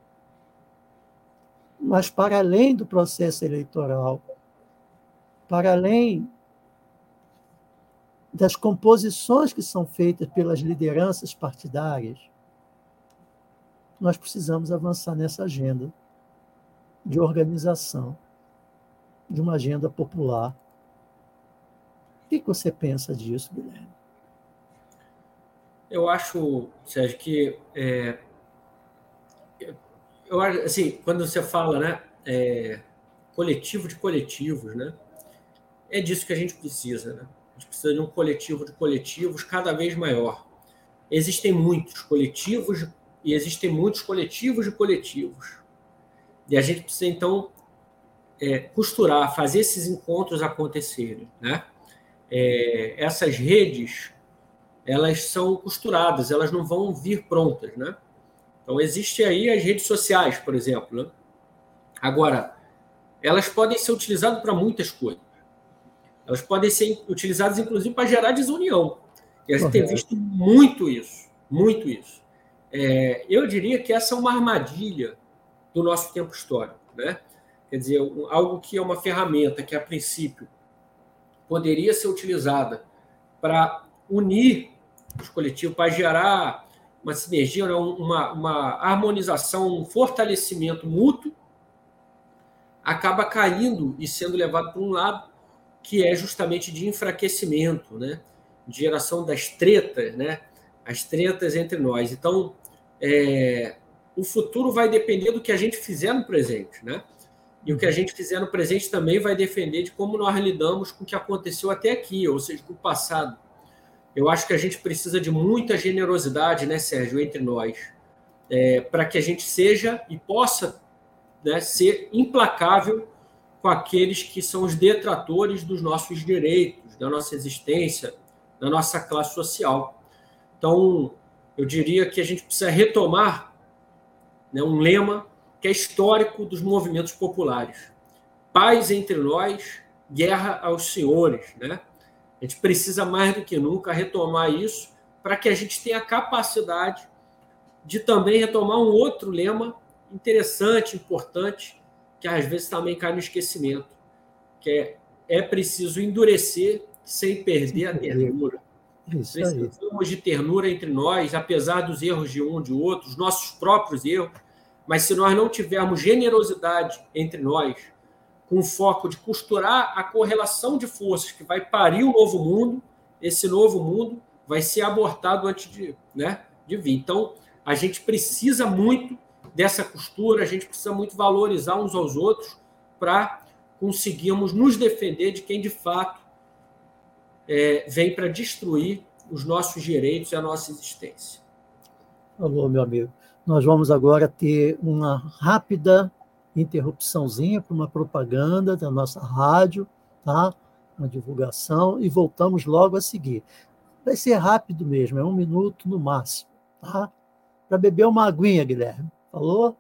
Mas, para além do processo eleitoral, para além das composições que são feitas pelas lideranças partidárias, nós precisamos avançar nessa agenda de organização, de uma agenda popular. O que você pensa disso, Guilherme? Eu acho, Sérgio, que é, eu acho assim, quando você fala, né, é, coletivo de coletivos, né, é disso que a gente precisa, né? A gente precisa de um coletivo de coletivos cada vez maior. Existem muitos coletivos e existem muitos coletivos de coletivos. E a gente precisa, então, é, costurar, fazer esses encontros acontecerem. Né? É, essas redes, elas são costuradas, elas não vão vir prontas. Né? Então, existem aí as redes sociais, por exemplo. Né? Agora, elas podem ser utilizadas para muitas coisas. Elas podem ser utilizadas, inclusive, para gerar desunião. E a gente tem visto muito isso, muito isso. É, eu diria que essa é uma armadilha do nosso tempo histórico. Né? Quer dizer, algo que é uma ferramenta que, a princípio, poderia ser utilizada para unir os coletivos, para gerar uma sinergia, uma, uma harmonização, um fortalecimento mútuo, acaba caindo e sendo levado para um lado que é justamente de enfraquecimento, né? De geração das tretas, né? As tretas entre nós. Então, é, o futuro vai depender do que a gente fizer no presente, né? E o que a gente fizer no presente também vai depender de como nós lidamos com o que aconteceu até aqui, ou seja, com o passado. Eu acho que a gente precisa de muita generosidade, né, Sérgio, entre nós, é, para que a gente seja e possa, né, ser implacável com aqueles que são os detratores dos nossos direitos, da nossa existência, da nossa classe social. Então, eu diria que a gente precisa retomar, né, um lema que é histórico dos movimentos populares. Paz entre nós, guerra aos senhores. Né? A gente precisa mais do que nunca retomar isso para que a gente tenha a capacidade de também retomar um outro lema interessante, importante, que às vezes também cai no esquecimento, que é, é preciso endurecer sem perder a ternura. Isso aí. Precisamos de ternura entre nós, apesar dos erros de um de outro, os nossos próprios erros, mas se nós não tivermos generosidade entre nós, com o foco de costurar a correlação de forças que vai parir o novo mundo, esse novo mundo vai ser abortado antes de, né, de vir. Então, a gente precisa muito dessa costura, a gente precisa muito valorizar uns aos outros para conseguirmos nos defender de quem, de fato, é, vem para destruir os nossos direitos e a nossa existência. Alô, meu amigo. Nós vamos agora ter uma rápida interrupçãozinha para uma propaganda da nossa rádio, tá? Uma divulgação, e voltamos logo a seguir. Vai ser rápido mesmo, é um minuto no máximo, tá? Para beber uma aguinha, Guilherme. Falou?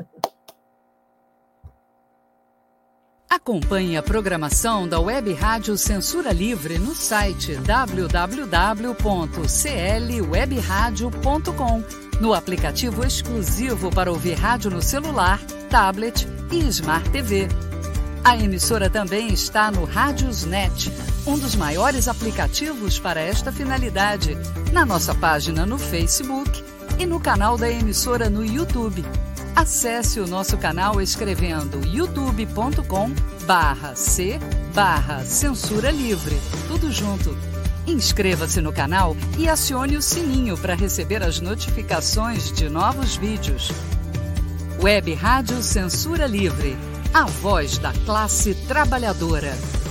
Acompanhe a programação da Web Rádio Censura Livre no site w w w ponto c l web radio ponto com, no aplicativo exclusivo para ouvir rádio no celular, tablet e Smart T V. A emissora também está no Radiosnet, um dos maiores aplicativos para esta finalidade, na nossa página no Facebook e no canal da emissora no YouTube. Acesse o nosso canal escrevendo youtube ponto com barra c barra censura livre. Tudo junto. Inscreva-se no canal e acione o sininho para receber as notificações de novos vídeos. Web Rádio Censura Livre, a voz da classe trabalhadora.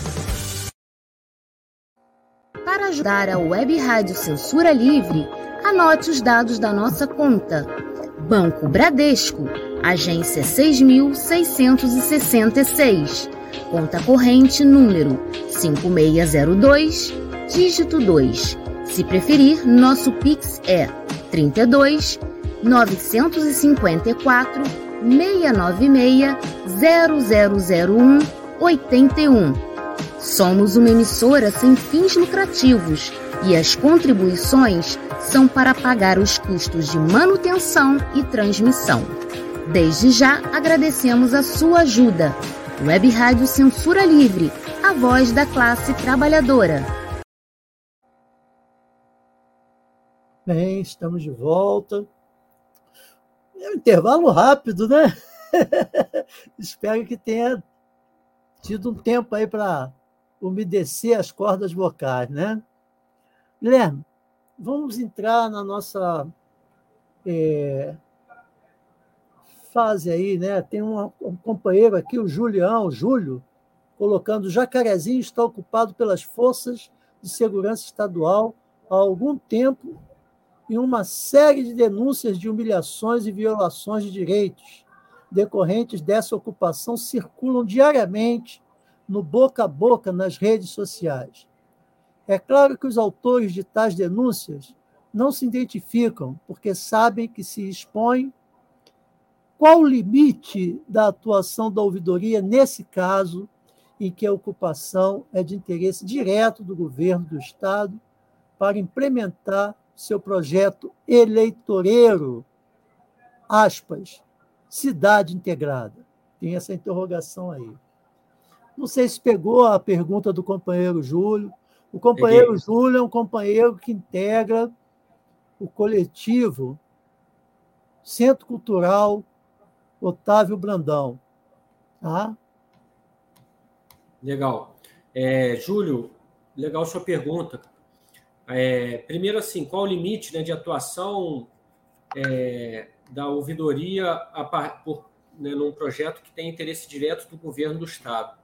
Para ajudar a Web Rádio Censura Livre, anote os dados da nossa conta. Banco Bradesco, agência seis mil seiscentos e sessenta e seis, conta corrente número cinco seis zero dois, dígito dois. Se preferir, nosso Pix é trinta e dois, novecentos e cinquenta e quatro, seiscentos e noventa e seis, zero zero zero um, oitenta e um. Somos uma emissora sem fins lucrativos e as contribuições são para pagar os custos de manutenção e transmissão. Desde já agradecemos a sua ajuda. Web Rádio Censura Livre, a voz da classe trabalhadora. Bem, estamos de volta. É um intervalo rápido, né? Espero que tenha tido um tempo aí para umedecer as cordas vocais, né? Guilherme, vamos entrar na nossa é, fase aí, né? Tem um, um companheiro aqui, o Julião, o Júlio, colocando: Jacarezinho está ocupado pelas forças de segurança estadual há algum tempo e uma série de denúncias de humilhações e violações de direitos decorrentes dessa ocupação circulam diariamente no boca a boca nas redes sociais. É claro que os autores de tais denúncias não se identificam, porque sabem que se expõem. Qual o limite da atuação da ouvidoria nesse caso, em que a ocupação é de interesse direto do governo do Estado para implementar seu projeto eleitoreiro, aspas, cidade integrada? Tem essa interrogação aí. Não sei se pegou a pergunta do companheiro Júlio. O companheiro Peguei. Júlio é um companheiro que integra o coletivo Centro Cultural Otávio Brandão. Tá? Legal. É, Júlio, legal sua pergunta. É, primeiro, assim, qual o limite, né, de atuação é, da ouvidoria a, por, né, num projeto que tem interesse direto do governo do Estado?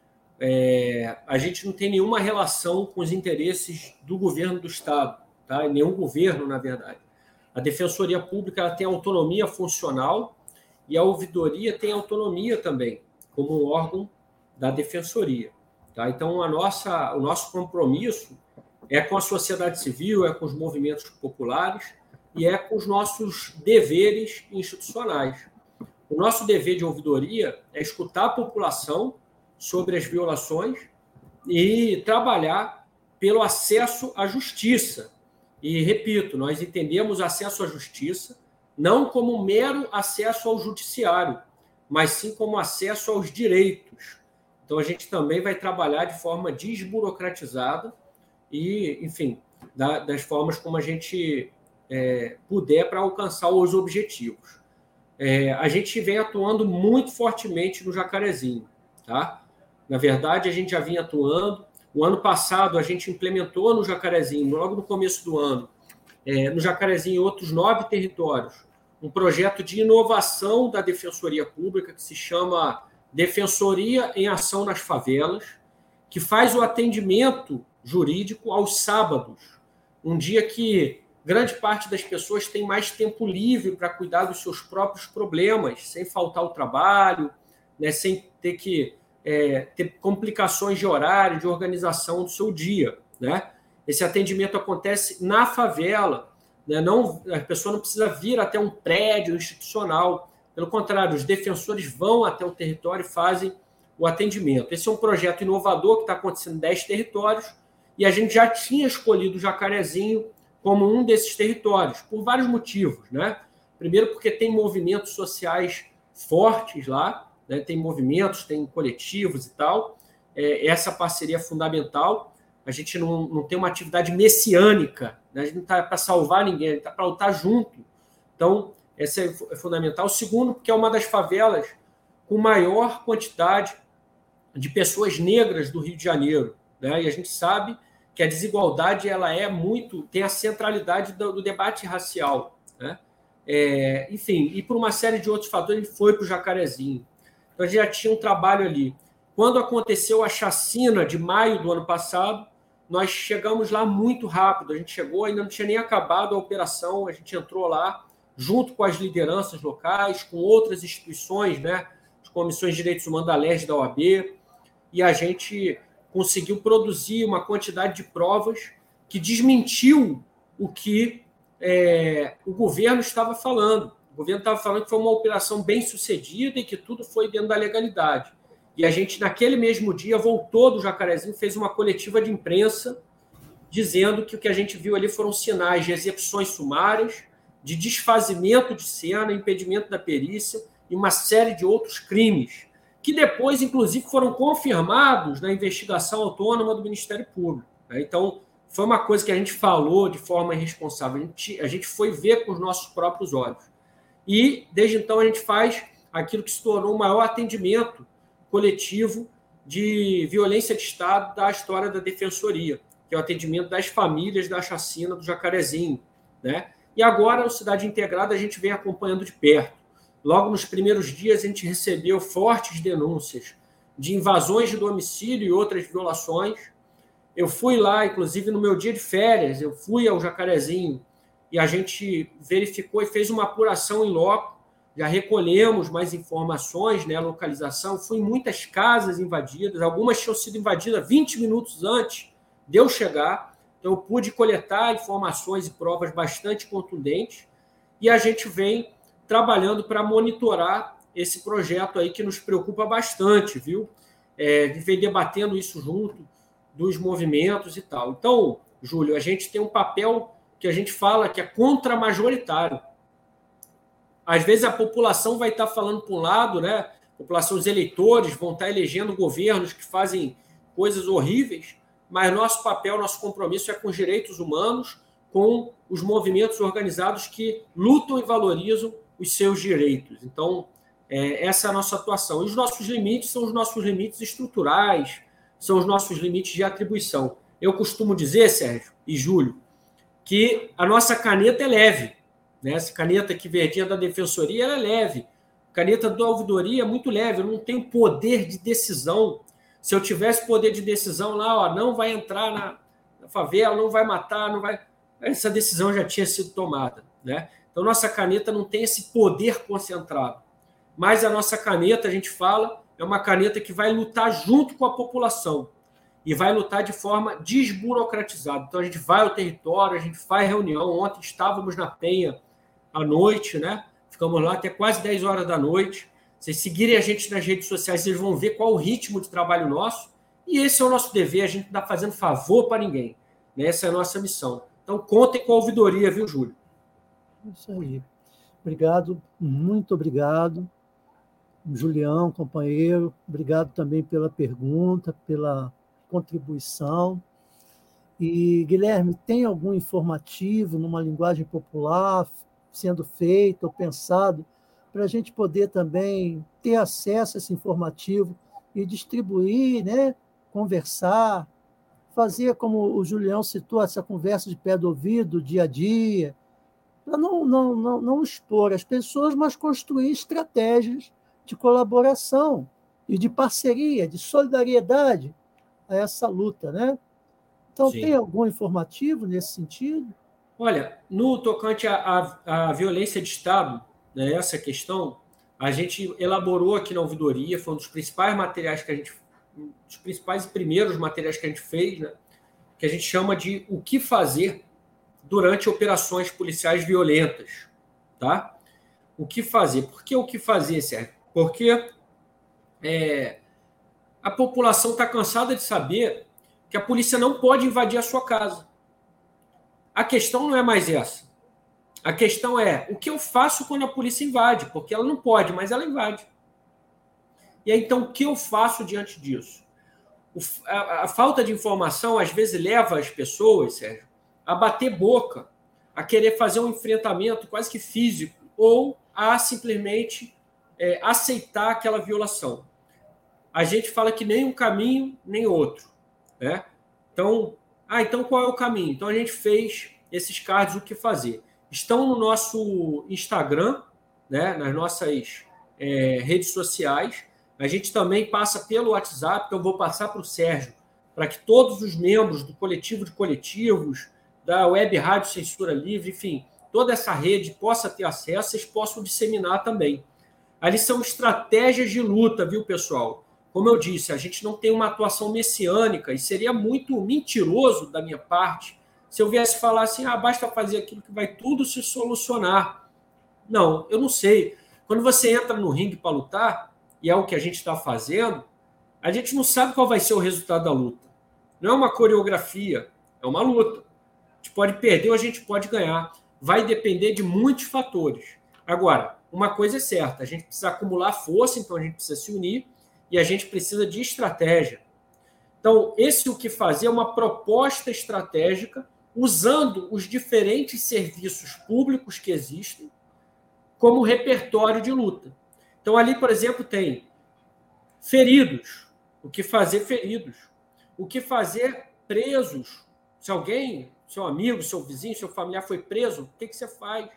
É, a gente não tem nenhuma relação com os interesses do governo do Estado, tá? Nenhum governo, na verdade. A Defensoria Pública ela tem autonomia funcional e a ouvidoria tem autonomia também, como um órgão da Defensoria. Tá? Então, a nossa, o nosso compromisso é com a sociedade civil, é com os movimentos populares e é com os nossos deveres institucionais. O nosso dever de ouvidoria é escutar a população sobre as violações e trabalhar pelo acesso à justiça. E, repito, nós entendemos acesso à justiça não como mero acesso ao judiciário, mas sim como acesso aos direitos. Então, a gente também vai trabalhar de forma desburocratizada e, enfim, da, das formas como a gente é, puder para alcançar os objetivos. É, a gente vem atuando muito fortemente no Jacarezinho, tá? Na verdade, a gente já vinha atuando. O ano passado, a gente implementou no Jacarezinho, logo no começo do ano, é, no Jacarezinho e outros nove territórios, um projeto de inovação da Defensoria Pública que se chama Defensoria em Ação nas Favelas, que faz o atendimento jurídico aos sábados, um dia que grande parte das pessoas tem mais tempo livre para cuidar dos seus próprios problemas, sem faltar ao trabalho, né, sem ter que é, ter complicações de horário, de organização do seu dia. Né? Esse atendimento acontece na favela, né? Não, a pessoa não precisa vir até um prédio institucional, pelo contrário, os defensores vão até o território e fazem o atendimento. Esse é um projeto inovador que está acontecendo em dez territórios e a gente já tinha escolhido o Jacarezinho como um desses territórios, por vários motivos. Né? Primeiro, porque tem movimentos sociais fortes lá, né? Tem movimentos, tem coletivos e tal. É, essa parceria é fundamental. A gente não, não tem uma atividade messiânica, né? A gente não está para salvar ninguém, a gente está para lutar junto. Então, essa é fundamental. Segundo, porque é uma das favelas com maior quantidade de pessoas negras do Rio de Janeiro. Né? E a gente sabe que a desigualdade ela é muito, tem a centralidade do, do debate racial. Né? É, enfim, e por uma série de outros fatores, ele foi para o Jacarezinho. Então, a gente já tinha um trabalho ali. Quando aconteceu a chacina de maio do ano passado, nós chegamos lá muito rápido. A gente chegou, ainda não tinha nem acabado a operação, a gente entrou lá junto com as lideranças locais, com outras instituições, né, as comissões de direitos humanos da L E R J, da O A B, e a gente conseguiu produzir uma quantidade de provas que desmentiu o que é, o governo estava falando. O governo estava falando que foi uma operação bem sucedida e que tudo foi dentro da legalidade. E a gente, naquele mesmo dia, voltou do Jacarezinho, fez uma coletiva de imprensa dizendo que o que a gente viu ali foram sinais de execuções sumárias, de desfazimento de cena, impedimento da perícia e uma série de outros crimes, que depois, inclusive, foram confirmados na investigação autônoma do Ministério Público. Então, foi uma coisa que a gente falou de forma irresponsável. A gente, a gente foi ver com os nossos próprios olhos. E, desde então, a gente faz aquilo que se tornou o maior atendimento coletivo de violência de Estado da história da Defensoria, que é o atendimento das famílias da chacina do Jacarezinho, né? E agora, no Cidade Integrada, a gente vem acompanhando de perto. Logo nos primeiros dias, a gente recebeu fortes denúncias de invasões de domicílio e outras violações. Eu fui lá, inclusive, no meu dia de férias, eu fui ao Jacarezinho e a gente verificou e fez uma apuração em loco. Já recolhemos mais informações, né, localização. Fui em muitas casas invadidas, algumas tinham sido invadidas vinte minutos antes de eu chegar. Então, eu pude coletar informações e provas bastante contundentes e a gente vem trabalhando para monitorar esse projeto aí que nos preocupa bastante, viu? É, a gente vem debatendo isso junto dos movimentos e tal. Então, Júlio, a gente tem um papel que a gente fala que é contra-majoritário. Às vezes a população vai estar falando para um lado, né? A população, os eleitores vão estar elegendo governos que fazem coisas horríveis, mas nosso papel, nosso compromisso é com os direitos humanos, com os movimentos organizados que lutam e valorizam os seus direitos. Então, é, essa é a nossa atuação. E os nossos limites são os nossos limites estruturais, são os nossos limites de atribuição. Eu costumo dizer, Sérgio e Júlio, que a nossa caneta é leve. Né? Essa caneta aqui verdinha da Defensoria ela é leve. A caneta da Ouvidoria é muito leve. Eu não tenho poder de decisão. Se eu tivesse poder de decisão lá, ó, não vai entrar na, na favela, não vai matar, não vai... essa decisão já tinha sido tomada. Né? Então, nossa caneta não tem esse poder concentrado. Mas a nossa caneta, a gente fala, é uma caneta que vai lutar junto com a população e vai lutar de forma desburocratizada. Então, a gente vai ao território, a gente faz reunião. Ontem estávamos na Penha à noite, né? Ficamos lá até quase dez horas da noite. Vocês seguirem a gente nas redes sociais, vocês vão ver qual o ritmo de trabalho nosso. E esse é o nosso dever, a gente não está fazendo favor para ninguém. Né? Essa é a nossa missão. Então, contem com a ouvidoria, viu, Júlio? Isso aí. Obrigado, muito obrigado. Julião, companheiro, obrigado também pela pergunta, pela contribuição. E, Guilherme, tem algum informativo numa linguagem popular sendo feito ou pensado para a gente poder também ter acesso a esse informativo e distribuir, né? Conversar, fazer, como o Julião citou, essa conversa de pé do ouvido, dia a dia, para não, não, não, não expor as pessoas, mas construir estratégias de colaboração e de parceria, de solidariedade a essa luta, né? Então, Sim. Tem algum informativo nesse sentido? Olha, no tocante à, à, à violência de Estado, né, essa questão, a gente elaborou aqui na ouvidoria, foi um dos principais materiais que a gente, um dos principais e primeiros materiais que a gente fez, né, que a gente chama de o que fazer durante operações policiais violentas, tá? O que fazer? Por que o que fazer, Sérgio? Porque é, a população está cansada de saber que a polícia não pode invadir a sua casa. A questão não é mais essa. A questão é o que eu faço quando a polícia invade, porque ela não pode, mas ela invade. E aí, então, o que eu faço diante disso? O, a, a falta de informação, às vezes, leva as pessoas, Sérgio, a bater boca, a querer fazer um enfrentamento quase que físico, ou a simplesmente é, aceitar aquela violação. A gente fala que nem um caminho, nem outro. Né? Então, ah, então qual é o caminho? Então, a gente fez esses cards, o que fazer. Estão no nosso Instagram, né, nas nossas é, redes sociais. A gente também passa pelo WhatsApp, que eu vou passar para o Sérgio, para que todos os membros do coletivo de coletivos, da Web Rádio Censura Livre, enfim, toda essa rede possa ter acesso, vocês possam disseminar também. Ali são estratégias de luta, viu, pessoal? Como eu disse, a gente não tem uma atuação messiânica e seria muito mentiroso da minha parte se eu viesse falar assim, ah, basta fazer aquilo que vai tudo se solucionar. Não, eu não sei. Quando você entra no ringue para lutar, e é o que a gente está fazendo, a gente não sabe qual vai ser o resultado da luta. Não é uma coreografia, é uma luta. A gente pode perder ou a gente pode ganhar. Vai depender de muitos fatores. Agora, uma coisa é certa, a gente precisa acumular força, então a gente precisa se unir e a gente precisa de estratégia. Então, esse o que fazer é uma proposta estratégica usando os diferentes serviços públicos que existem como repertório de luta. Então, ali, por exemplo, tem feridos, o que fazer feridos, o que fazer presos. Se alguém, seu amigo, seu vizinho, seu familiar foi preso, o que, que você faz?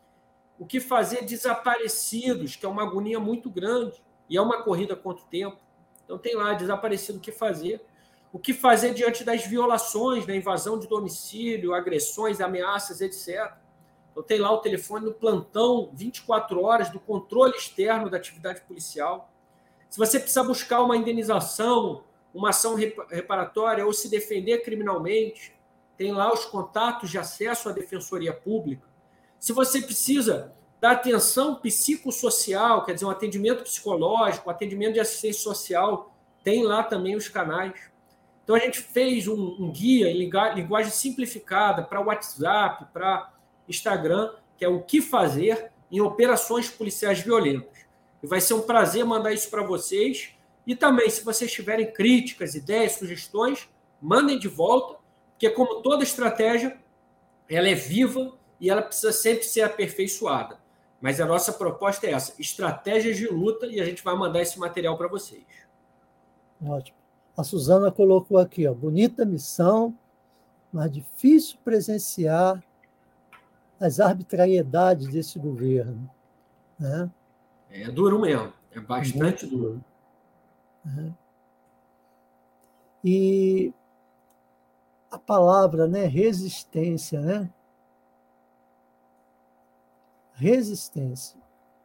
O que fazer desaparecidos, que é uma agonia muito grande, e é uma corrida contra o tempo. Então, tem lá, desaparecido, o que fazer. O que fazer diante das violações, da invasão de domicílio, agressões, ameaças, etcétera. Então, tem lá o telefone no plantão, vinte e quatro horas, do controle externo da atividade policial. Se você precisar buscar uma indenização, uma ação reparatória ou se defender criminalmente, tem lá os contatos de acesso à defensoria pública. Se você precisa da atenção psicossocial, quer dizer, um atendimento psicológico, um atendimento de assistência social, tem lá também os canais. Então, a gente fez um, um guia em linguagem simplificada para WhatsApp, para Instagram, que é o que fazer em operações policiais violentas. E vai ser um prazer mandar isso para vocês. E também, se vocês tiverem críticas, ideias, sugestões, mandem de volta, porque como toda estratégia, ela é viva e ela precisa sempre ser aperfeiçoada. Mas a nossa proposta é essa, estratégias de luta, e a gente vai mandar esse material para vocês. Ótimo. A Suzana colocou aqui, ó, bonita missão, mas difícil presenciar as arbitrariedades desse governo. Né? É duro mesmo, é bastante duro. duro. É. E a palavra, né, resistência, né? Resistência.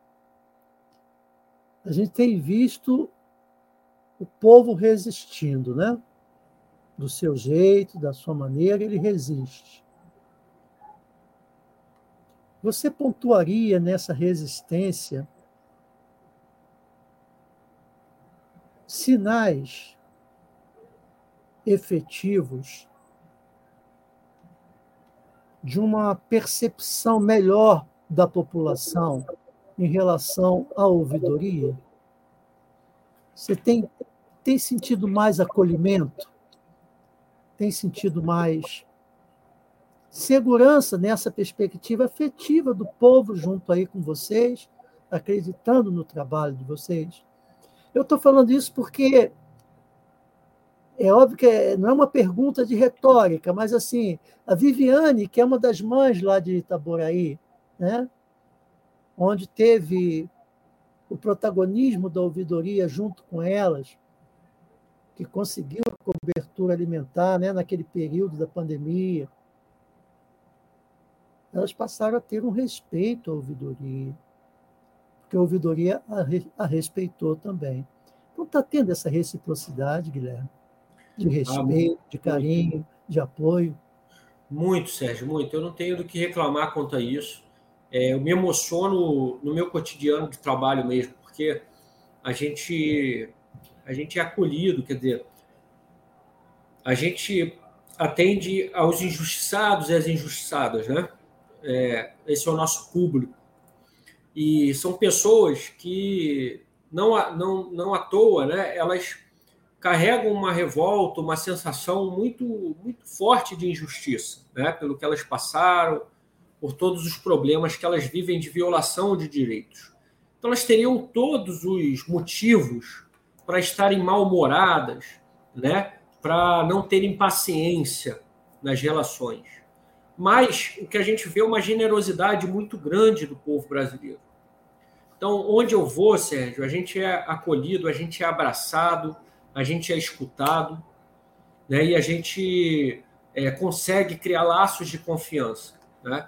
A gente tem visto o povo resistindo, né? Do seu jeito, da sua maneira, ele resiste. Você pontuaria nessa resistência sinais efetivos de uma percepção melhor da população em relação à ouvidoria? Você tem, tem sentido mais acolhimento? Tem sentido mais segurança nessa perspectiva afetiva do povo junto aí com vocês, acreditando no trabalho de vocês? Eu estou falando isso porque é óbvio que não é uma pergunta de retórica, mas assim, a Viviane, que é uma das mães lá de Itaboraí, né, onde teve o protagonismo da ouvidoria junto com elas, que conseguiu a cobertura alimentar, né, naquele período da pandemia, elas passaram a ter um respeito à ouvidoria, porque a ouvidoria a, re, a respeitou também. Então está tendo essa reciprocidade, Guilherme, de respeito, ah, de carinho, de apoio. Muito, Sérgio, muito. Eu não tenho do que reclamar quanto a isso. É, eu me emociono no meu cotidiano de trabalho mesmo, porque a gente, a gente é acolhido, quer dizer, a gente atende aos injustiçados e às injustiçadas, né? É, esse é o nosso público. E são pessoas que, não, não, não à toa, né, elas carregam uma revolta, uma sensação muito, muito forte de injustiça, né, pelo que elas passaram, por todos os problemas que elas vivem de violação de direitos. Então, elas teriam todos os motivos para estarem mal-humoradas, né, para não terem paciência nas relações. Mas o que a gente vê é uma generosidade muito grande do povo brasileiro. Então, onde eu vou, Sérgio, a gente é acolhido, a gente é abraçado, a gente é escutado, né, e a gente é, consegue criar laços de confiança, né?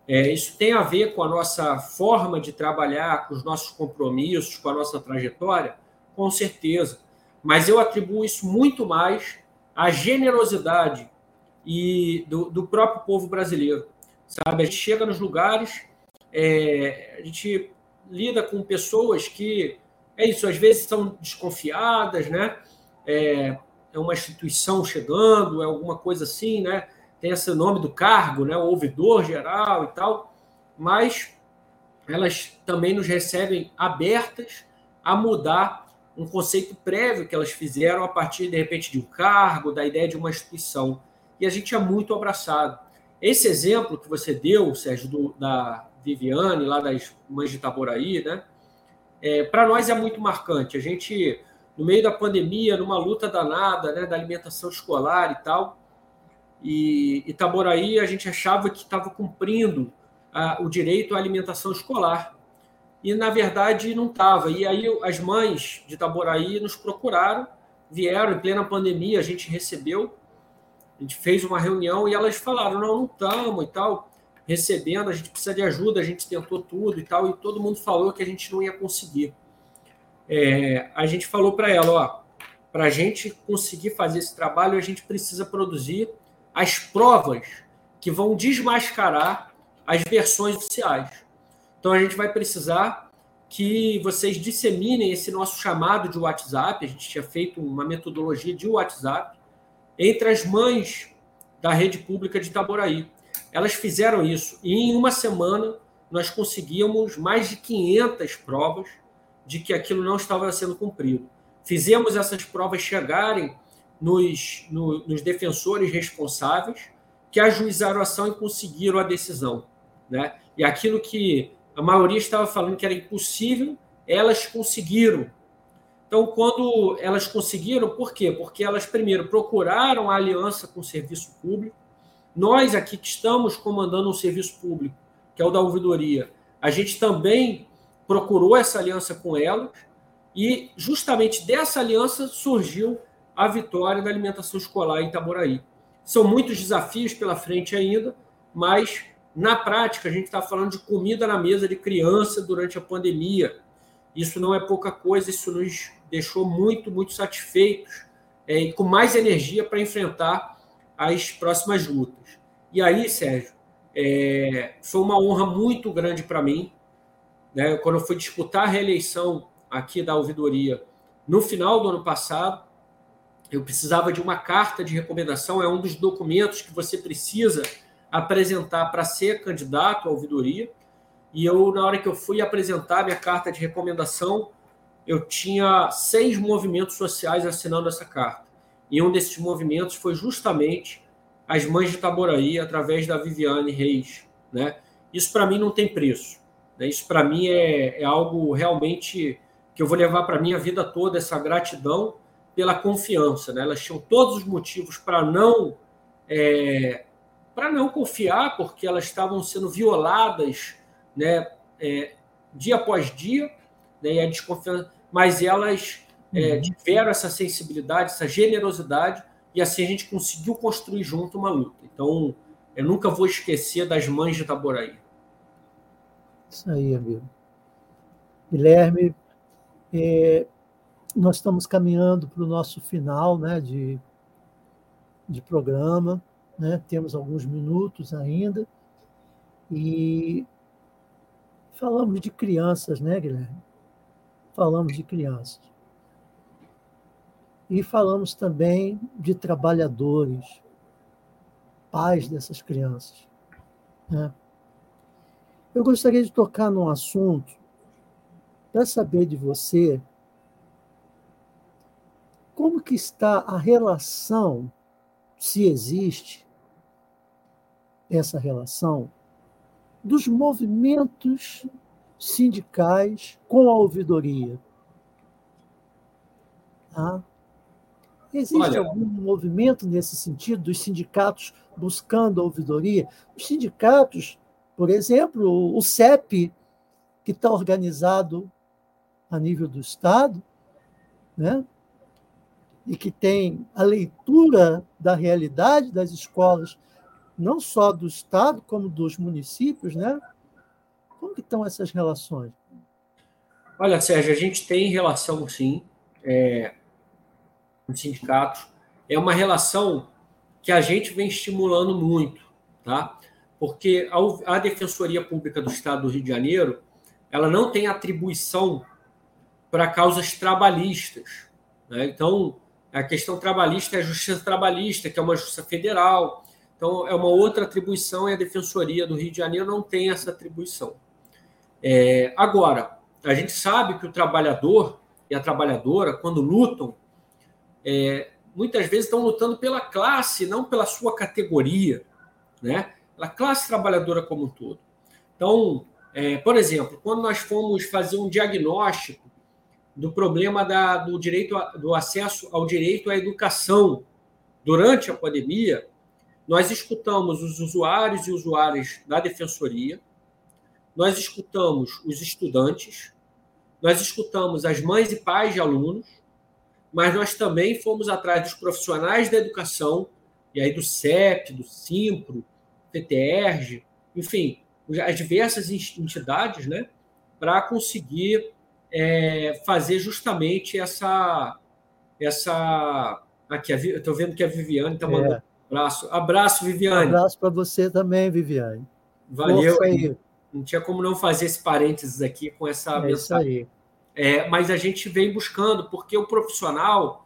É, isso tem a ver com a nossa forma de trabalhar, com os nossos compromissos, com a nossa trajetória? Com certeza. Mas eu atribuo isso muito mais à generosidade e do, do próprio povo brasileiro. Sabe? A gente chega nos lugares, é, a gente lida com pessoas que, é isso, às vezes são desconfiadas, né? É, é uma instituição chegando, é alguma coisa assim, né? Tem esse nome do cargo, né? O ouvidor geral e tal, mas elas também nos recebem abertas a mudar um conceito prévio que elas fizeram a partir, de repente, de um cargo, da ideia de uma instituição. E a gente é muito abraçado. Esse exemplo que você deu, Sérgio, do, da Viviane, lá das Mães de Itaboraí, né? É, para nós é muito marcante. A gente, no meio da pandemia, numa luta danada, né, da alimentação escolar e tal, e Itaboraí a gente achava que estava cumprindo a, o direito à alimentação escolar. E, na verdade, não estava. E aí as mães de Itaboraí nos procuraram, vieram em plena pandemia, a gente recebeu, a gente fez uma reunião e elas falaram, não, não estamos e tal, recebendo, a gente precisa de ajuda, a gente tentou tudo e tal, e todo mundo falou que a gente não ia conseguir. É, a gente falou para ela, ó, para a gente conseguir fazer esse trabalho, a gente precisa produzir as provas que vão desmascarar as versões oficiais. Então, a gente vai precisar que vocês disseminem esse nosso chamado de WhatsApp, a gente tinha feito uma metodologia de WhatsApp, entre as mães da rede pública de Itaboraí. Elas fizeram isso e em uma semana nós conseguimos mais de quinhentas provas de que aquilo não estava sendo cumprido. Fizemos essas provas chegarem nos, no, nos defensores responsáveis que ajuizaram a ação e conseguiram a decisão, né? E aquilo que a maioria estava falando que era impossível, elas conseguiram. Então, quando elas conseguiram, por quê? Porque elas, primeiro, procuraram a aliança com o serviço público. Nós aqui que estamos comandando um serviço público, que é o da ouvidoria, a gente também procurou essa aliança com elas e, justamente dessa aliança, surgiu a vitória da alimentação escolar em Itaboraí. São muitos desafios pela frente ainda, mas, na prática, a gente está falando de comida na mesa de criança durante a pandemia. Isso não é pouca coisa, isso nos deixou muito, muito satisfeitos é, e com mais energia para enfrentar as próximas lutas. E aí, Sérgio, é, foi uma honra muito grande para mim, né, quando eu fui disputar a reeleição aqui da ouvidoria no final do ano passado. Eu precisava de uma carta de recomendação, é um dos documentos que você precisa apresentar para ser candidato à ouvidoria. E eu, na hora que eu fui apresentar minha carta de recomendação, eu tinha seis movimentos sociais assinando essa carta. E um desses movimentos foi justamente as Mães de Itaboraí, através da Viviane Reis, né? Isso, para mim, não tem preço, né? Isso, para mim, é, é algo realmente que eu vou levar para a minha vida toda, essa gratidão pela confiança, né? Elas tinham todos os motivos para não, é, para não confiar, porque elas estavam sendo violadas, né, é, dia após dia, né, e a desconfiança, mas elas é, tiveram essa sensibilidade, essa generosidade, e assim a gente conseguiu construir junto uma luta. Então, eu nunca vou esquecer das Mães de Itaboraí. Isso aí, amigo. Guilherme, é, nós estamos caminhando para o nosso final, né, de, de programa, né? Temos alguns minutos ainda, e falamos de crianças, né, Guilherme? Falamos de crianças. E falamos também de trabalhadores, pais dessas crianças, né? Eu gostaria de tocar num assunto para saber de você como que está a relação, se existe essa relação, dos movimentos sindicais com a ouvidoria. Tá? Existe Olha, algum movimento nesse sentido, dos sindicatos buscando a ouvidoria? Os sindicatos, por exemplo, o C E P, que está organizado a nível do Estado, né? E que tem a leitura da realidade das escolas não só do Estado, como dos municípios, né? Como que estão essas relações? Olha, Sérgio, a gente tem relação, sim, é, com os sindicatos. É uma relação que a gente vem estimulando muito, tá? Porque a, a Defensoria Pública do Estado do Rio de Janeiro, ela não tem atribuição para causas trabalhistas, né? Então, a questão trabalhista é a justiça trabalhista, que é uma justiça federal. Então, é uma outra atribuição e a Defensoria do Rio de Janeiro não tem essa atribuição. É, agora, a gente sabe que o trabalhador e a trabalhadora, quando lutam, é, muitas vezes estão lutando pela classe, não pela sua categoria, né? Pela classe trabalhadora como um todo. Então, é, por exemplo, quando nós fomos fazer um diagnóstico do problema da, do, direito a, do acesso ao direito à educação durante a pandemia, nós escutamos os usuários e usuárias da Defensoria, nós escutamos os estudantes, nós escutamos as mães e pais de alunos, mas nós também fomos atrás dos profissionais da educação, e aí do C E P, do Simpro, P T E R G, enfim, as diversas entidades, né, para conseguir é, fazer justamente essa... essa aqui, eu estou vendo que a Viviane está mandando é. um abraço. Abraço, Viviane. Um abraço para você também, Viviane. Valeu. Aí. Não tinha como não fazer esse parênteses aqui com essa é mensagem. Isso aí. É, mas a gente vem buscando, porque o profissional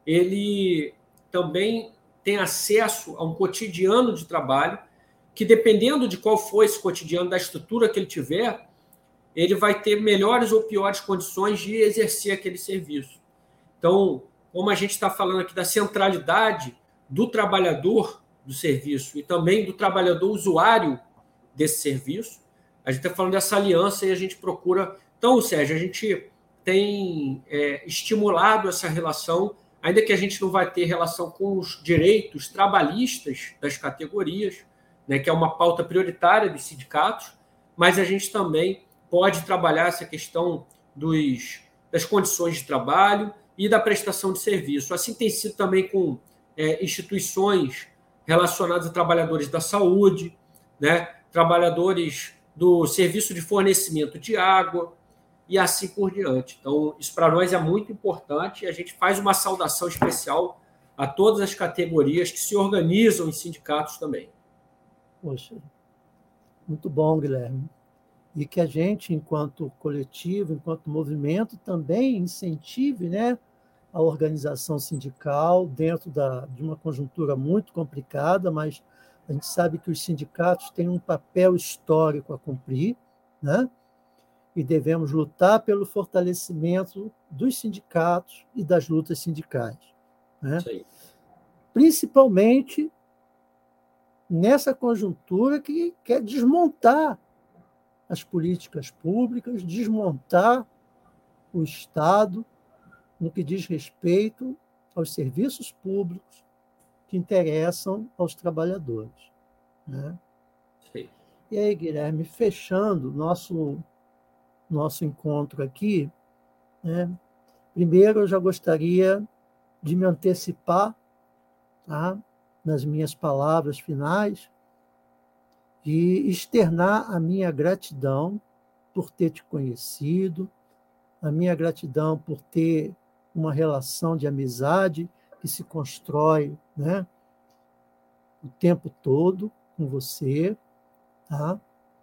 ele também tem acesso a um cotidiano de trabalho que, dependendo de qual for esse cotidiano, da estrutura que ele tiver, ele vai ter melhores ou piores condições de exercer aquele serviço. Então, como a gente está falando aqui da centralidade do trabalhador do serviço e também do trabalhador usuário desse serviço, a gente está falando dessa aliança e a gente procura... Então, Sérgio, a gente tem é, estimulado essa relação, ainda que a gente não vai ter relação com os direitos trabalhistas das categorias, né, que é uma pauta prioritária dos sindicatos, mas a gente também pode trabalhar essa questão dos, das condições de trabalho e da prestação de serviço. Assim tem sido também com é, instituições relacionadas a trabalhadores da saúde, né, trabalhadores do serviço de fornecimento de água e assim por diante. Então, isso para nós é muito importante e a gente faz uma saudação especial a todas as categorias que se organizam em sindicatos também. Poxa, muito bom, Guilherme. E que a gente, enquanto coletivo, enquanto movimento, também incentive, né, a organização sindical dentro da, de uma conjuntura muito complicada, mas a gente sabe que os sindicatos têm um papel histórico a cumprir, né? E devemos lutar pelo fortalecimento dos sindicatos e das lutas sindicais, né? Sim. Principalmente nessa conjuntura que quer desmontar as políticas públicas, desmontar o Estado no que diz respeito aos serviços públicos que interessam aos trabalhadores, né? Sim. E aí, Guilherme, fechando nosso, nosso encontro aqui, né? Primeiro eu já gostaria de me antecipar, tá, nas minhas palavras finais, de externar a minha gratidão por ter te conhecido, a minha gratidão por ter uma relação de amizade que se constrói, né, o tempo todo com você, tá?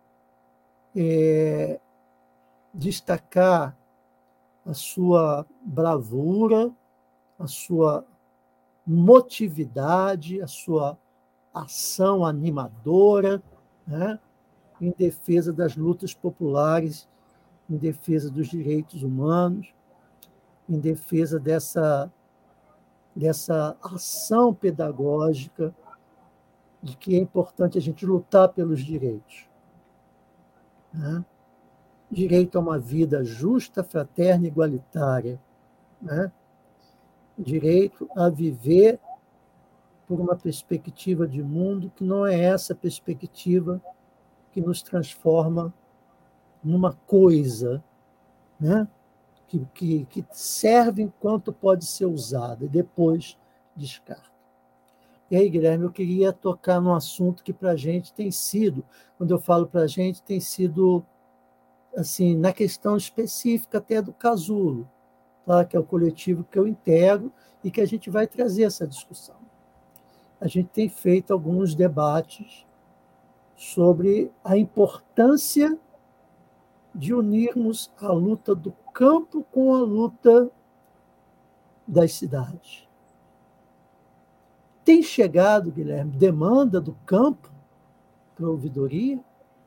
É, destacar a sua bravura, a sua motividade, a sua ação animadora, né, em defesa das lutas populares, em defesa dos direitos humanos, em defesa dessa, dessa ação pedagógica de que é importante a gente lutar pelos direitos, né? Direito a uma vida justa, fraterna e igualitária, né? Direito a viver por uma perspectiva de mundo que não é essa perspectiva que nos transforma numa coisa, né? que, que, que serve enquanto pode ser usada e depois descarta. E aí, Guilherme, eu queria tocar num assunto que para a gente tem sido, quando eu falo para a gente, tem sido assim, na questão específica até do Casulo, tá? Que é o coletivo que eu integro e que a gente vai trazer essa discussão. A gente tem feito alguns debates sobre a importância de unirmos a luta do campo com a luta das cidades. Tem chegado, Guilherme, demanda do campo para a ouvidoria?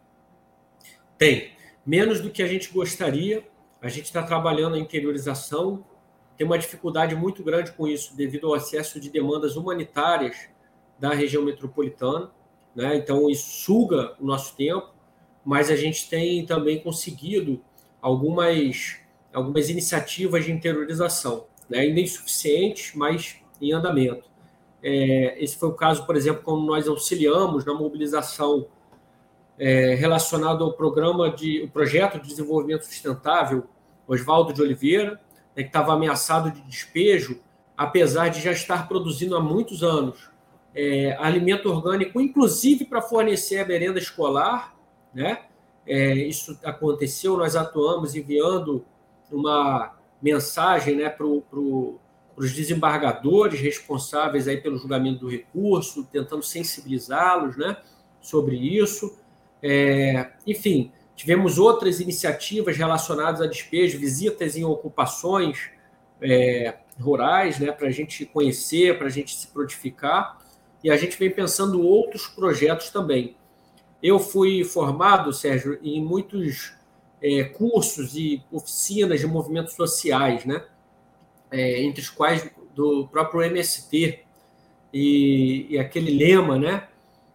Tem. Menos do que a gente gostaria. A gente está trabalhando a interiorização. Tem uma dificuldade muito grande com isso, devido ao acesso de demandas humanitárias da região metropolitana, né? Então, isso suga o nosso tempo, mas a gente tem também conseguido algumas, algumas iniciativas de interiorização, né? Ainda insuficientes, mas em andamento. É, esse foi o caso, por exemplo, quando nós auxiliamos na mobilização é, relacionada ao programa de, o projeto de desenvolvimento sustentável Oswaldo de Oliveira, né, que estava ameaçado de despejo, apesar de já estar produzindo há muitos anos é, alimento orgânico, inclusive para fornecer a merenda escolar, né? É, isso aconteceu, nós atuamos enviando uma mensagem, né, para o para os desembargadores responsáveis aí pelo julgamento do recurso, tentando sensibilizá-los, né, sobre isso. É, enfim, tivemos outras iniciativas relacionadas a despejo, visitas em ocupações é, rurais, né, para a gente conhecer, para a gente se prontificar, e a gente vem pensando outros projetos também. Eu fui formado, Sérgio, em muitos é, cursos e oficinas de movimentos sociais, né? É, entre os quais do próprio M S T, e, e aquele lema, né?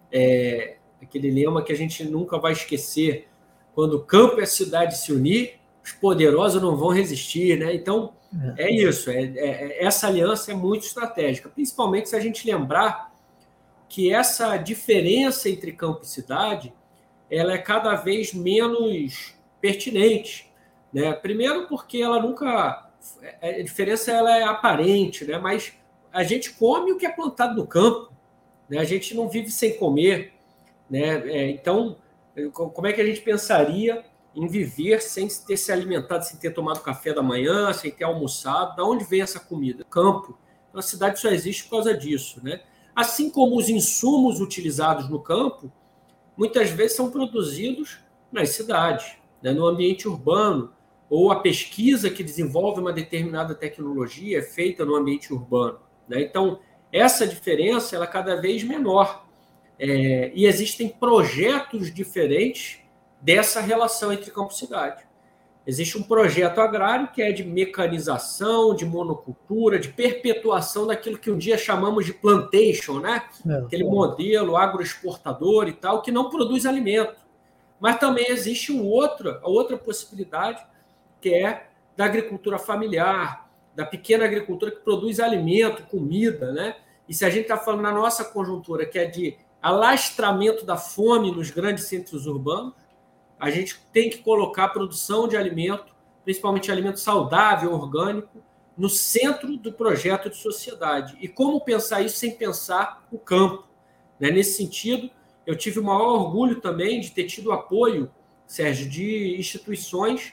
É, aquele lema que a gente nunca vai esquecer: quando o campo e a cidade se unir, os poderosos não vão resistir, né? Então, é, é isso, é, é, essa aliança é muito estratégica, principalmente se a gente lembrar que essa diferença entre campo e cidade ela é cada vez menos pertinente, né? Primeiro porque ela nunca... A diferença ela é aparente, né? Mas a gente come o que é plantado no campo, né? A gente não vive sem comer, né? Então, como é que a gente pensaria em viver sem ter se alimentado, sem ter tomado café da manhã, sem ter almoçado? Da onde vem essa comida? Campo. Então, a cidade só existe por causa disso, né? Assim como os insumos utilizados no campo, muitas vezes são produzidos nas cidades, né? No ambiente urbano, ou a pesquisa que desenvolve uma determinada tecnologia é feita no ambiente urbano, né? Então, essa diferença ela é cada vez menor. É, e existem projetos diferentes dessa relação entre campo e cidade. Existe um projeto agrário que é de mecanização, de monocultura, de perpetuação daquilo que um dia chamamos de plantation, né? É. Aquele modelo agroexportador e tal, que não produz alimento. Mas também existe um outro, a outra possibilidade, que é da agricultura familiar, da pequena agricultura que produz alimento, comida, né? E se a gente está falando na nossa conjuntura, que é de alastramento da fome nos grandes centros urbanos, a gente tem que colocar a produção de alimento, principalmente alimento saudável, orgânico, no centro do projeto de sociedade. E como pensar isso sem pensar o campo, né? Nesse sentido, eu tive o maior orgulho também de ter tido apoio, Sérgio, de instituições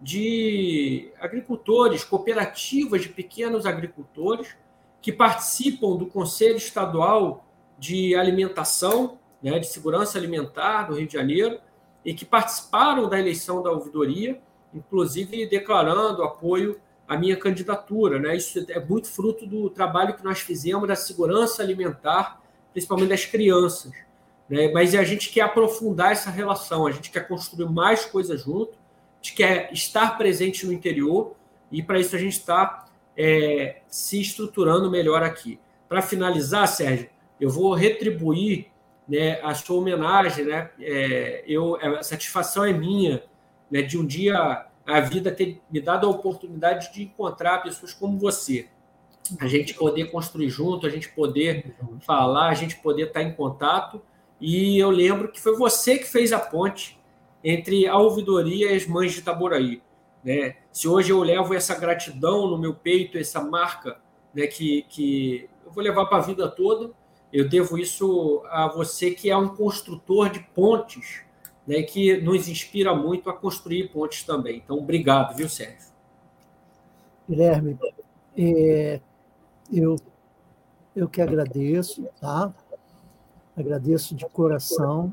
de agricultores, cooperativas de pequenos agricultores que participam do Conselho Estadual de Alimentação, né, de Segurança Alimentar do Rio de Janeiro, e que participaram da eleição da ouvidoria, inclusive declarando apoio à minha candidatura, né? Isso é muito fruto do trabalho que nós fizemos da segurança alimentar, principalmente das crianças, né? Mas a gente quer aprofundar essa relação, a gente quer construir mais coisas junto, a gente quer estar presente no interior, e para isso a gente está é, se estruturando melhor aqui. Para finalizar, Sérgio, eu vou retribuir, né, a sua homenagem, né? É, eu, a satisfação é minha, né, de um dia a vida ter me dado a oportunidade de encontrar pessoas como você. A gente poder construir junto, a gente poder falar, a gente poder estar em contato. E eu lembro que foi você que fez a ponte entre a ouvidoria e as mães de Itaboraí, né? Se hoje eu levo essa gratidão no meu peito, essa marca, né, que, que eu vou levar para a vida toda, eu devo isso a você, que é um construtor de pontes, né, que nos inspira muito a construir pontes também. Então, obrigado, viu, Sérgio? Guilherme, é, eu, eu que agradeço, tá? Agradeço de coração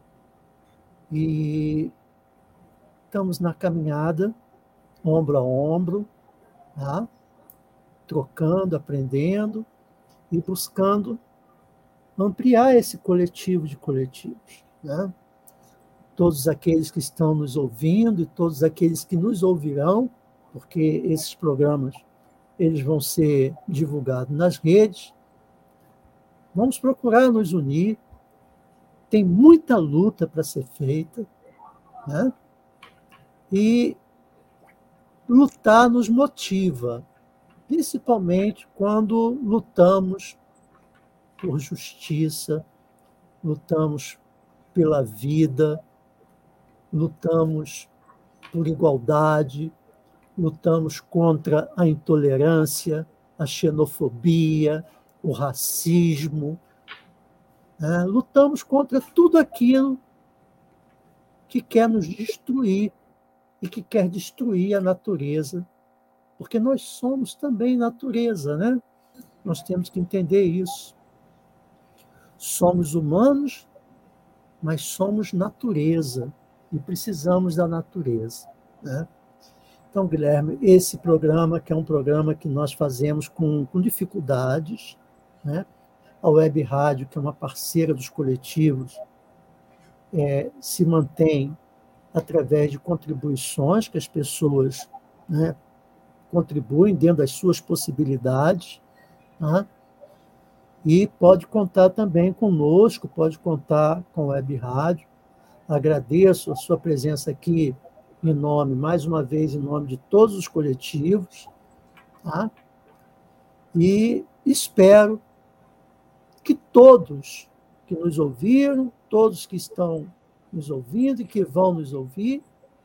e estamos na caminhada, ombro a ombro, tá? Trocando, aprendendo e buscando ampliar esse coletivo de coletivos, né? Todos aqueles que estão nos ouvindo e todos aqueles que nos ouvirão, porque esses programas eles vão ser divulgados nas redes. Vamos procurar nos unir. Tem muita luta para ser feita, né? E lutar nos motiva, principalmente quando lutamos por justiça, lutamos pela vida, lutamos por igualdade, lutamos contra a intolerância, a xenofobia, o racismo, né? Lutamos contra tudo aquilo que quer nos destruir e que quer destruir a natureza, porque nós somos também natureza, né? Nós temos que entender isso. Somos humanos, mas somos natureza e precisamos da natureza, né? Então, Guilherme, esse programa, que é um programa que nós fazemos com, com dificuldades, né? A Web Rádio, que é uma parceira dos coletivos, é, se mantém através de contribuições que as pessoas, né, contribuem dentro das suas possibilidades, tá? E pode contar também conosco, pode contar com a Web Rádio. Agradeço a sua presença aqui em nome, mais uma vez, em nome de todos os coletivos, tá? E espero que todos que nos ouviram, todos que estão nos ouvindo e que vão nos ouvir,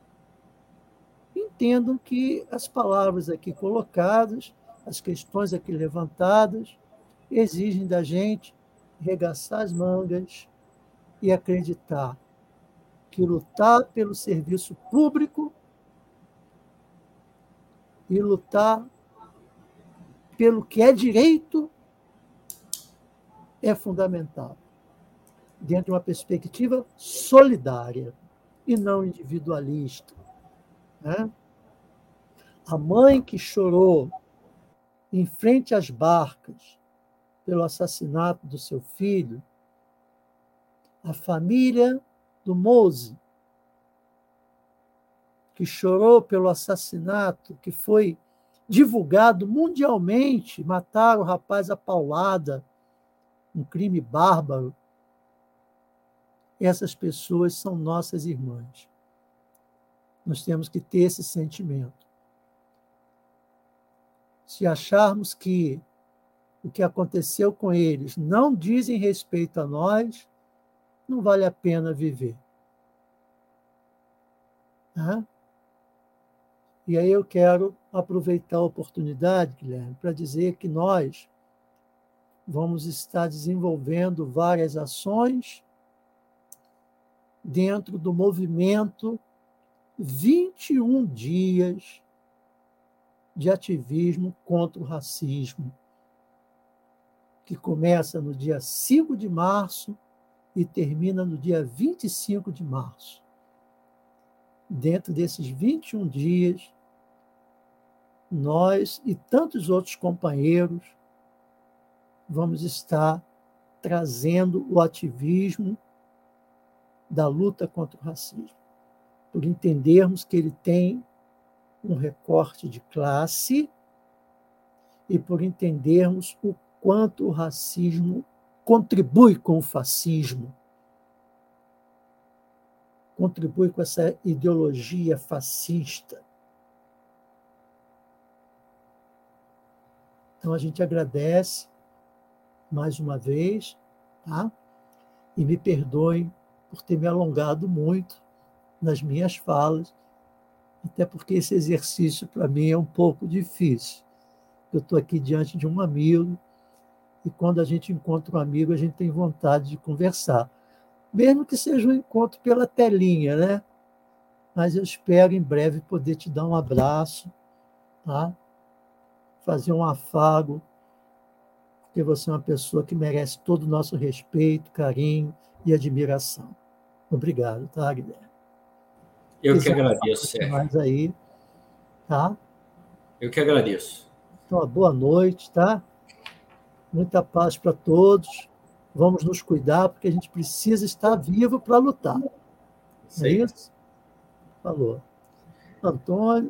entendam que as palavras aqui colocadas, as questões aqui levantadas, exigem da gente regaçar as mangas e acreditar que lutar pelo serviço público e lutar pelo que é direito é fundamental, dentro de uma perspectiva solidária e não individualista, né? A mãe que chorou em frente às barcas pelo assassinato do seu filho, a família do Mose, que chorou pelo assassinato que foi divulgado mundialmente, mataram o rapaz à paulada, um crime bárbaro. Essas pessoas são nossas irmãs. Nós temos que ter esse sentimento. Se acharmos que o que aconteceu com eles não dizem respeito a nós, não vale a pena viver. Tá? E aí eu quero aproveitar a oportunidade, Guilherme, para dizer que nós vamos estar desenvolvendo várias ações dentro do movimento vinte e um dias de ativismo contra o racismo, que começa no dia cinco de março e termina no dia vinte e cinco de março. Dentro desses vinte e um dias, nós e tantos outros companheiros vamos estar trazendo o ativismo da luta contra o racismo, por entendermos que ele tem um recorte de classe e por entendermos o quanto o racismo contribui com o fascismo, contribui com essa ideologia fascista. Então, a gente agradece mais uma vez, tá? E me perdoem por ter me alongado muito nas minhas falas, até porque esse exercício, para mim, é um pouco difícil. Eu estou aqui diante de um amigo e quando a gente encontra um amigo, a gente tem vontade de conversar. Mesmo que seja um encontro pela telinha, né? Mas eu espero em breve poder te dar um abraço, tá? Fazer um afago, porque você é uma pessoa que merece todo o nosso respeito, carinho e admiração. Obrigado, tá, Guilherme? Eu que agradeço, Sérgio. Mais aí, tá? Eu que agradeço. Então, boa noite, tá? Muita paz para todos. Vamos nos cuidar, porque a gente precisa estar vivo para lutar. É isso? Falou. Antônio.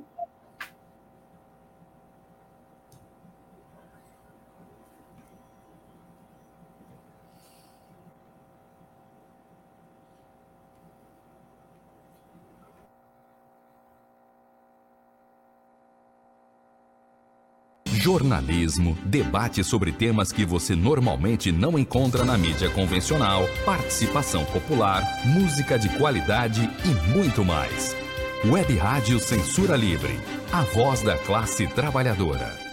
Jornalismo, debate sobre temas que você normalmente não encontra na mídia convencional, participação popular, música de qualidade e muito mais. Web Rádio Censura Livre, a voz da classe trabalhadora.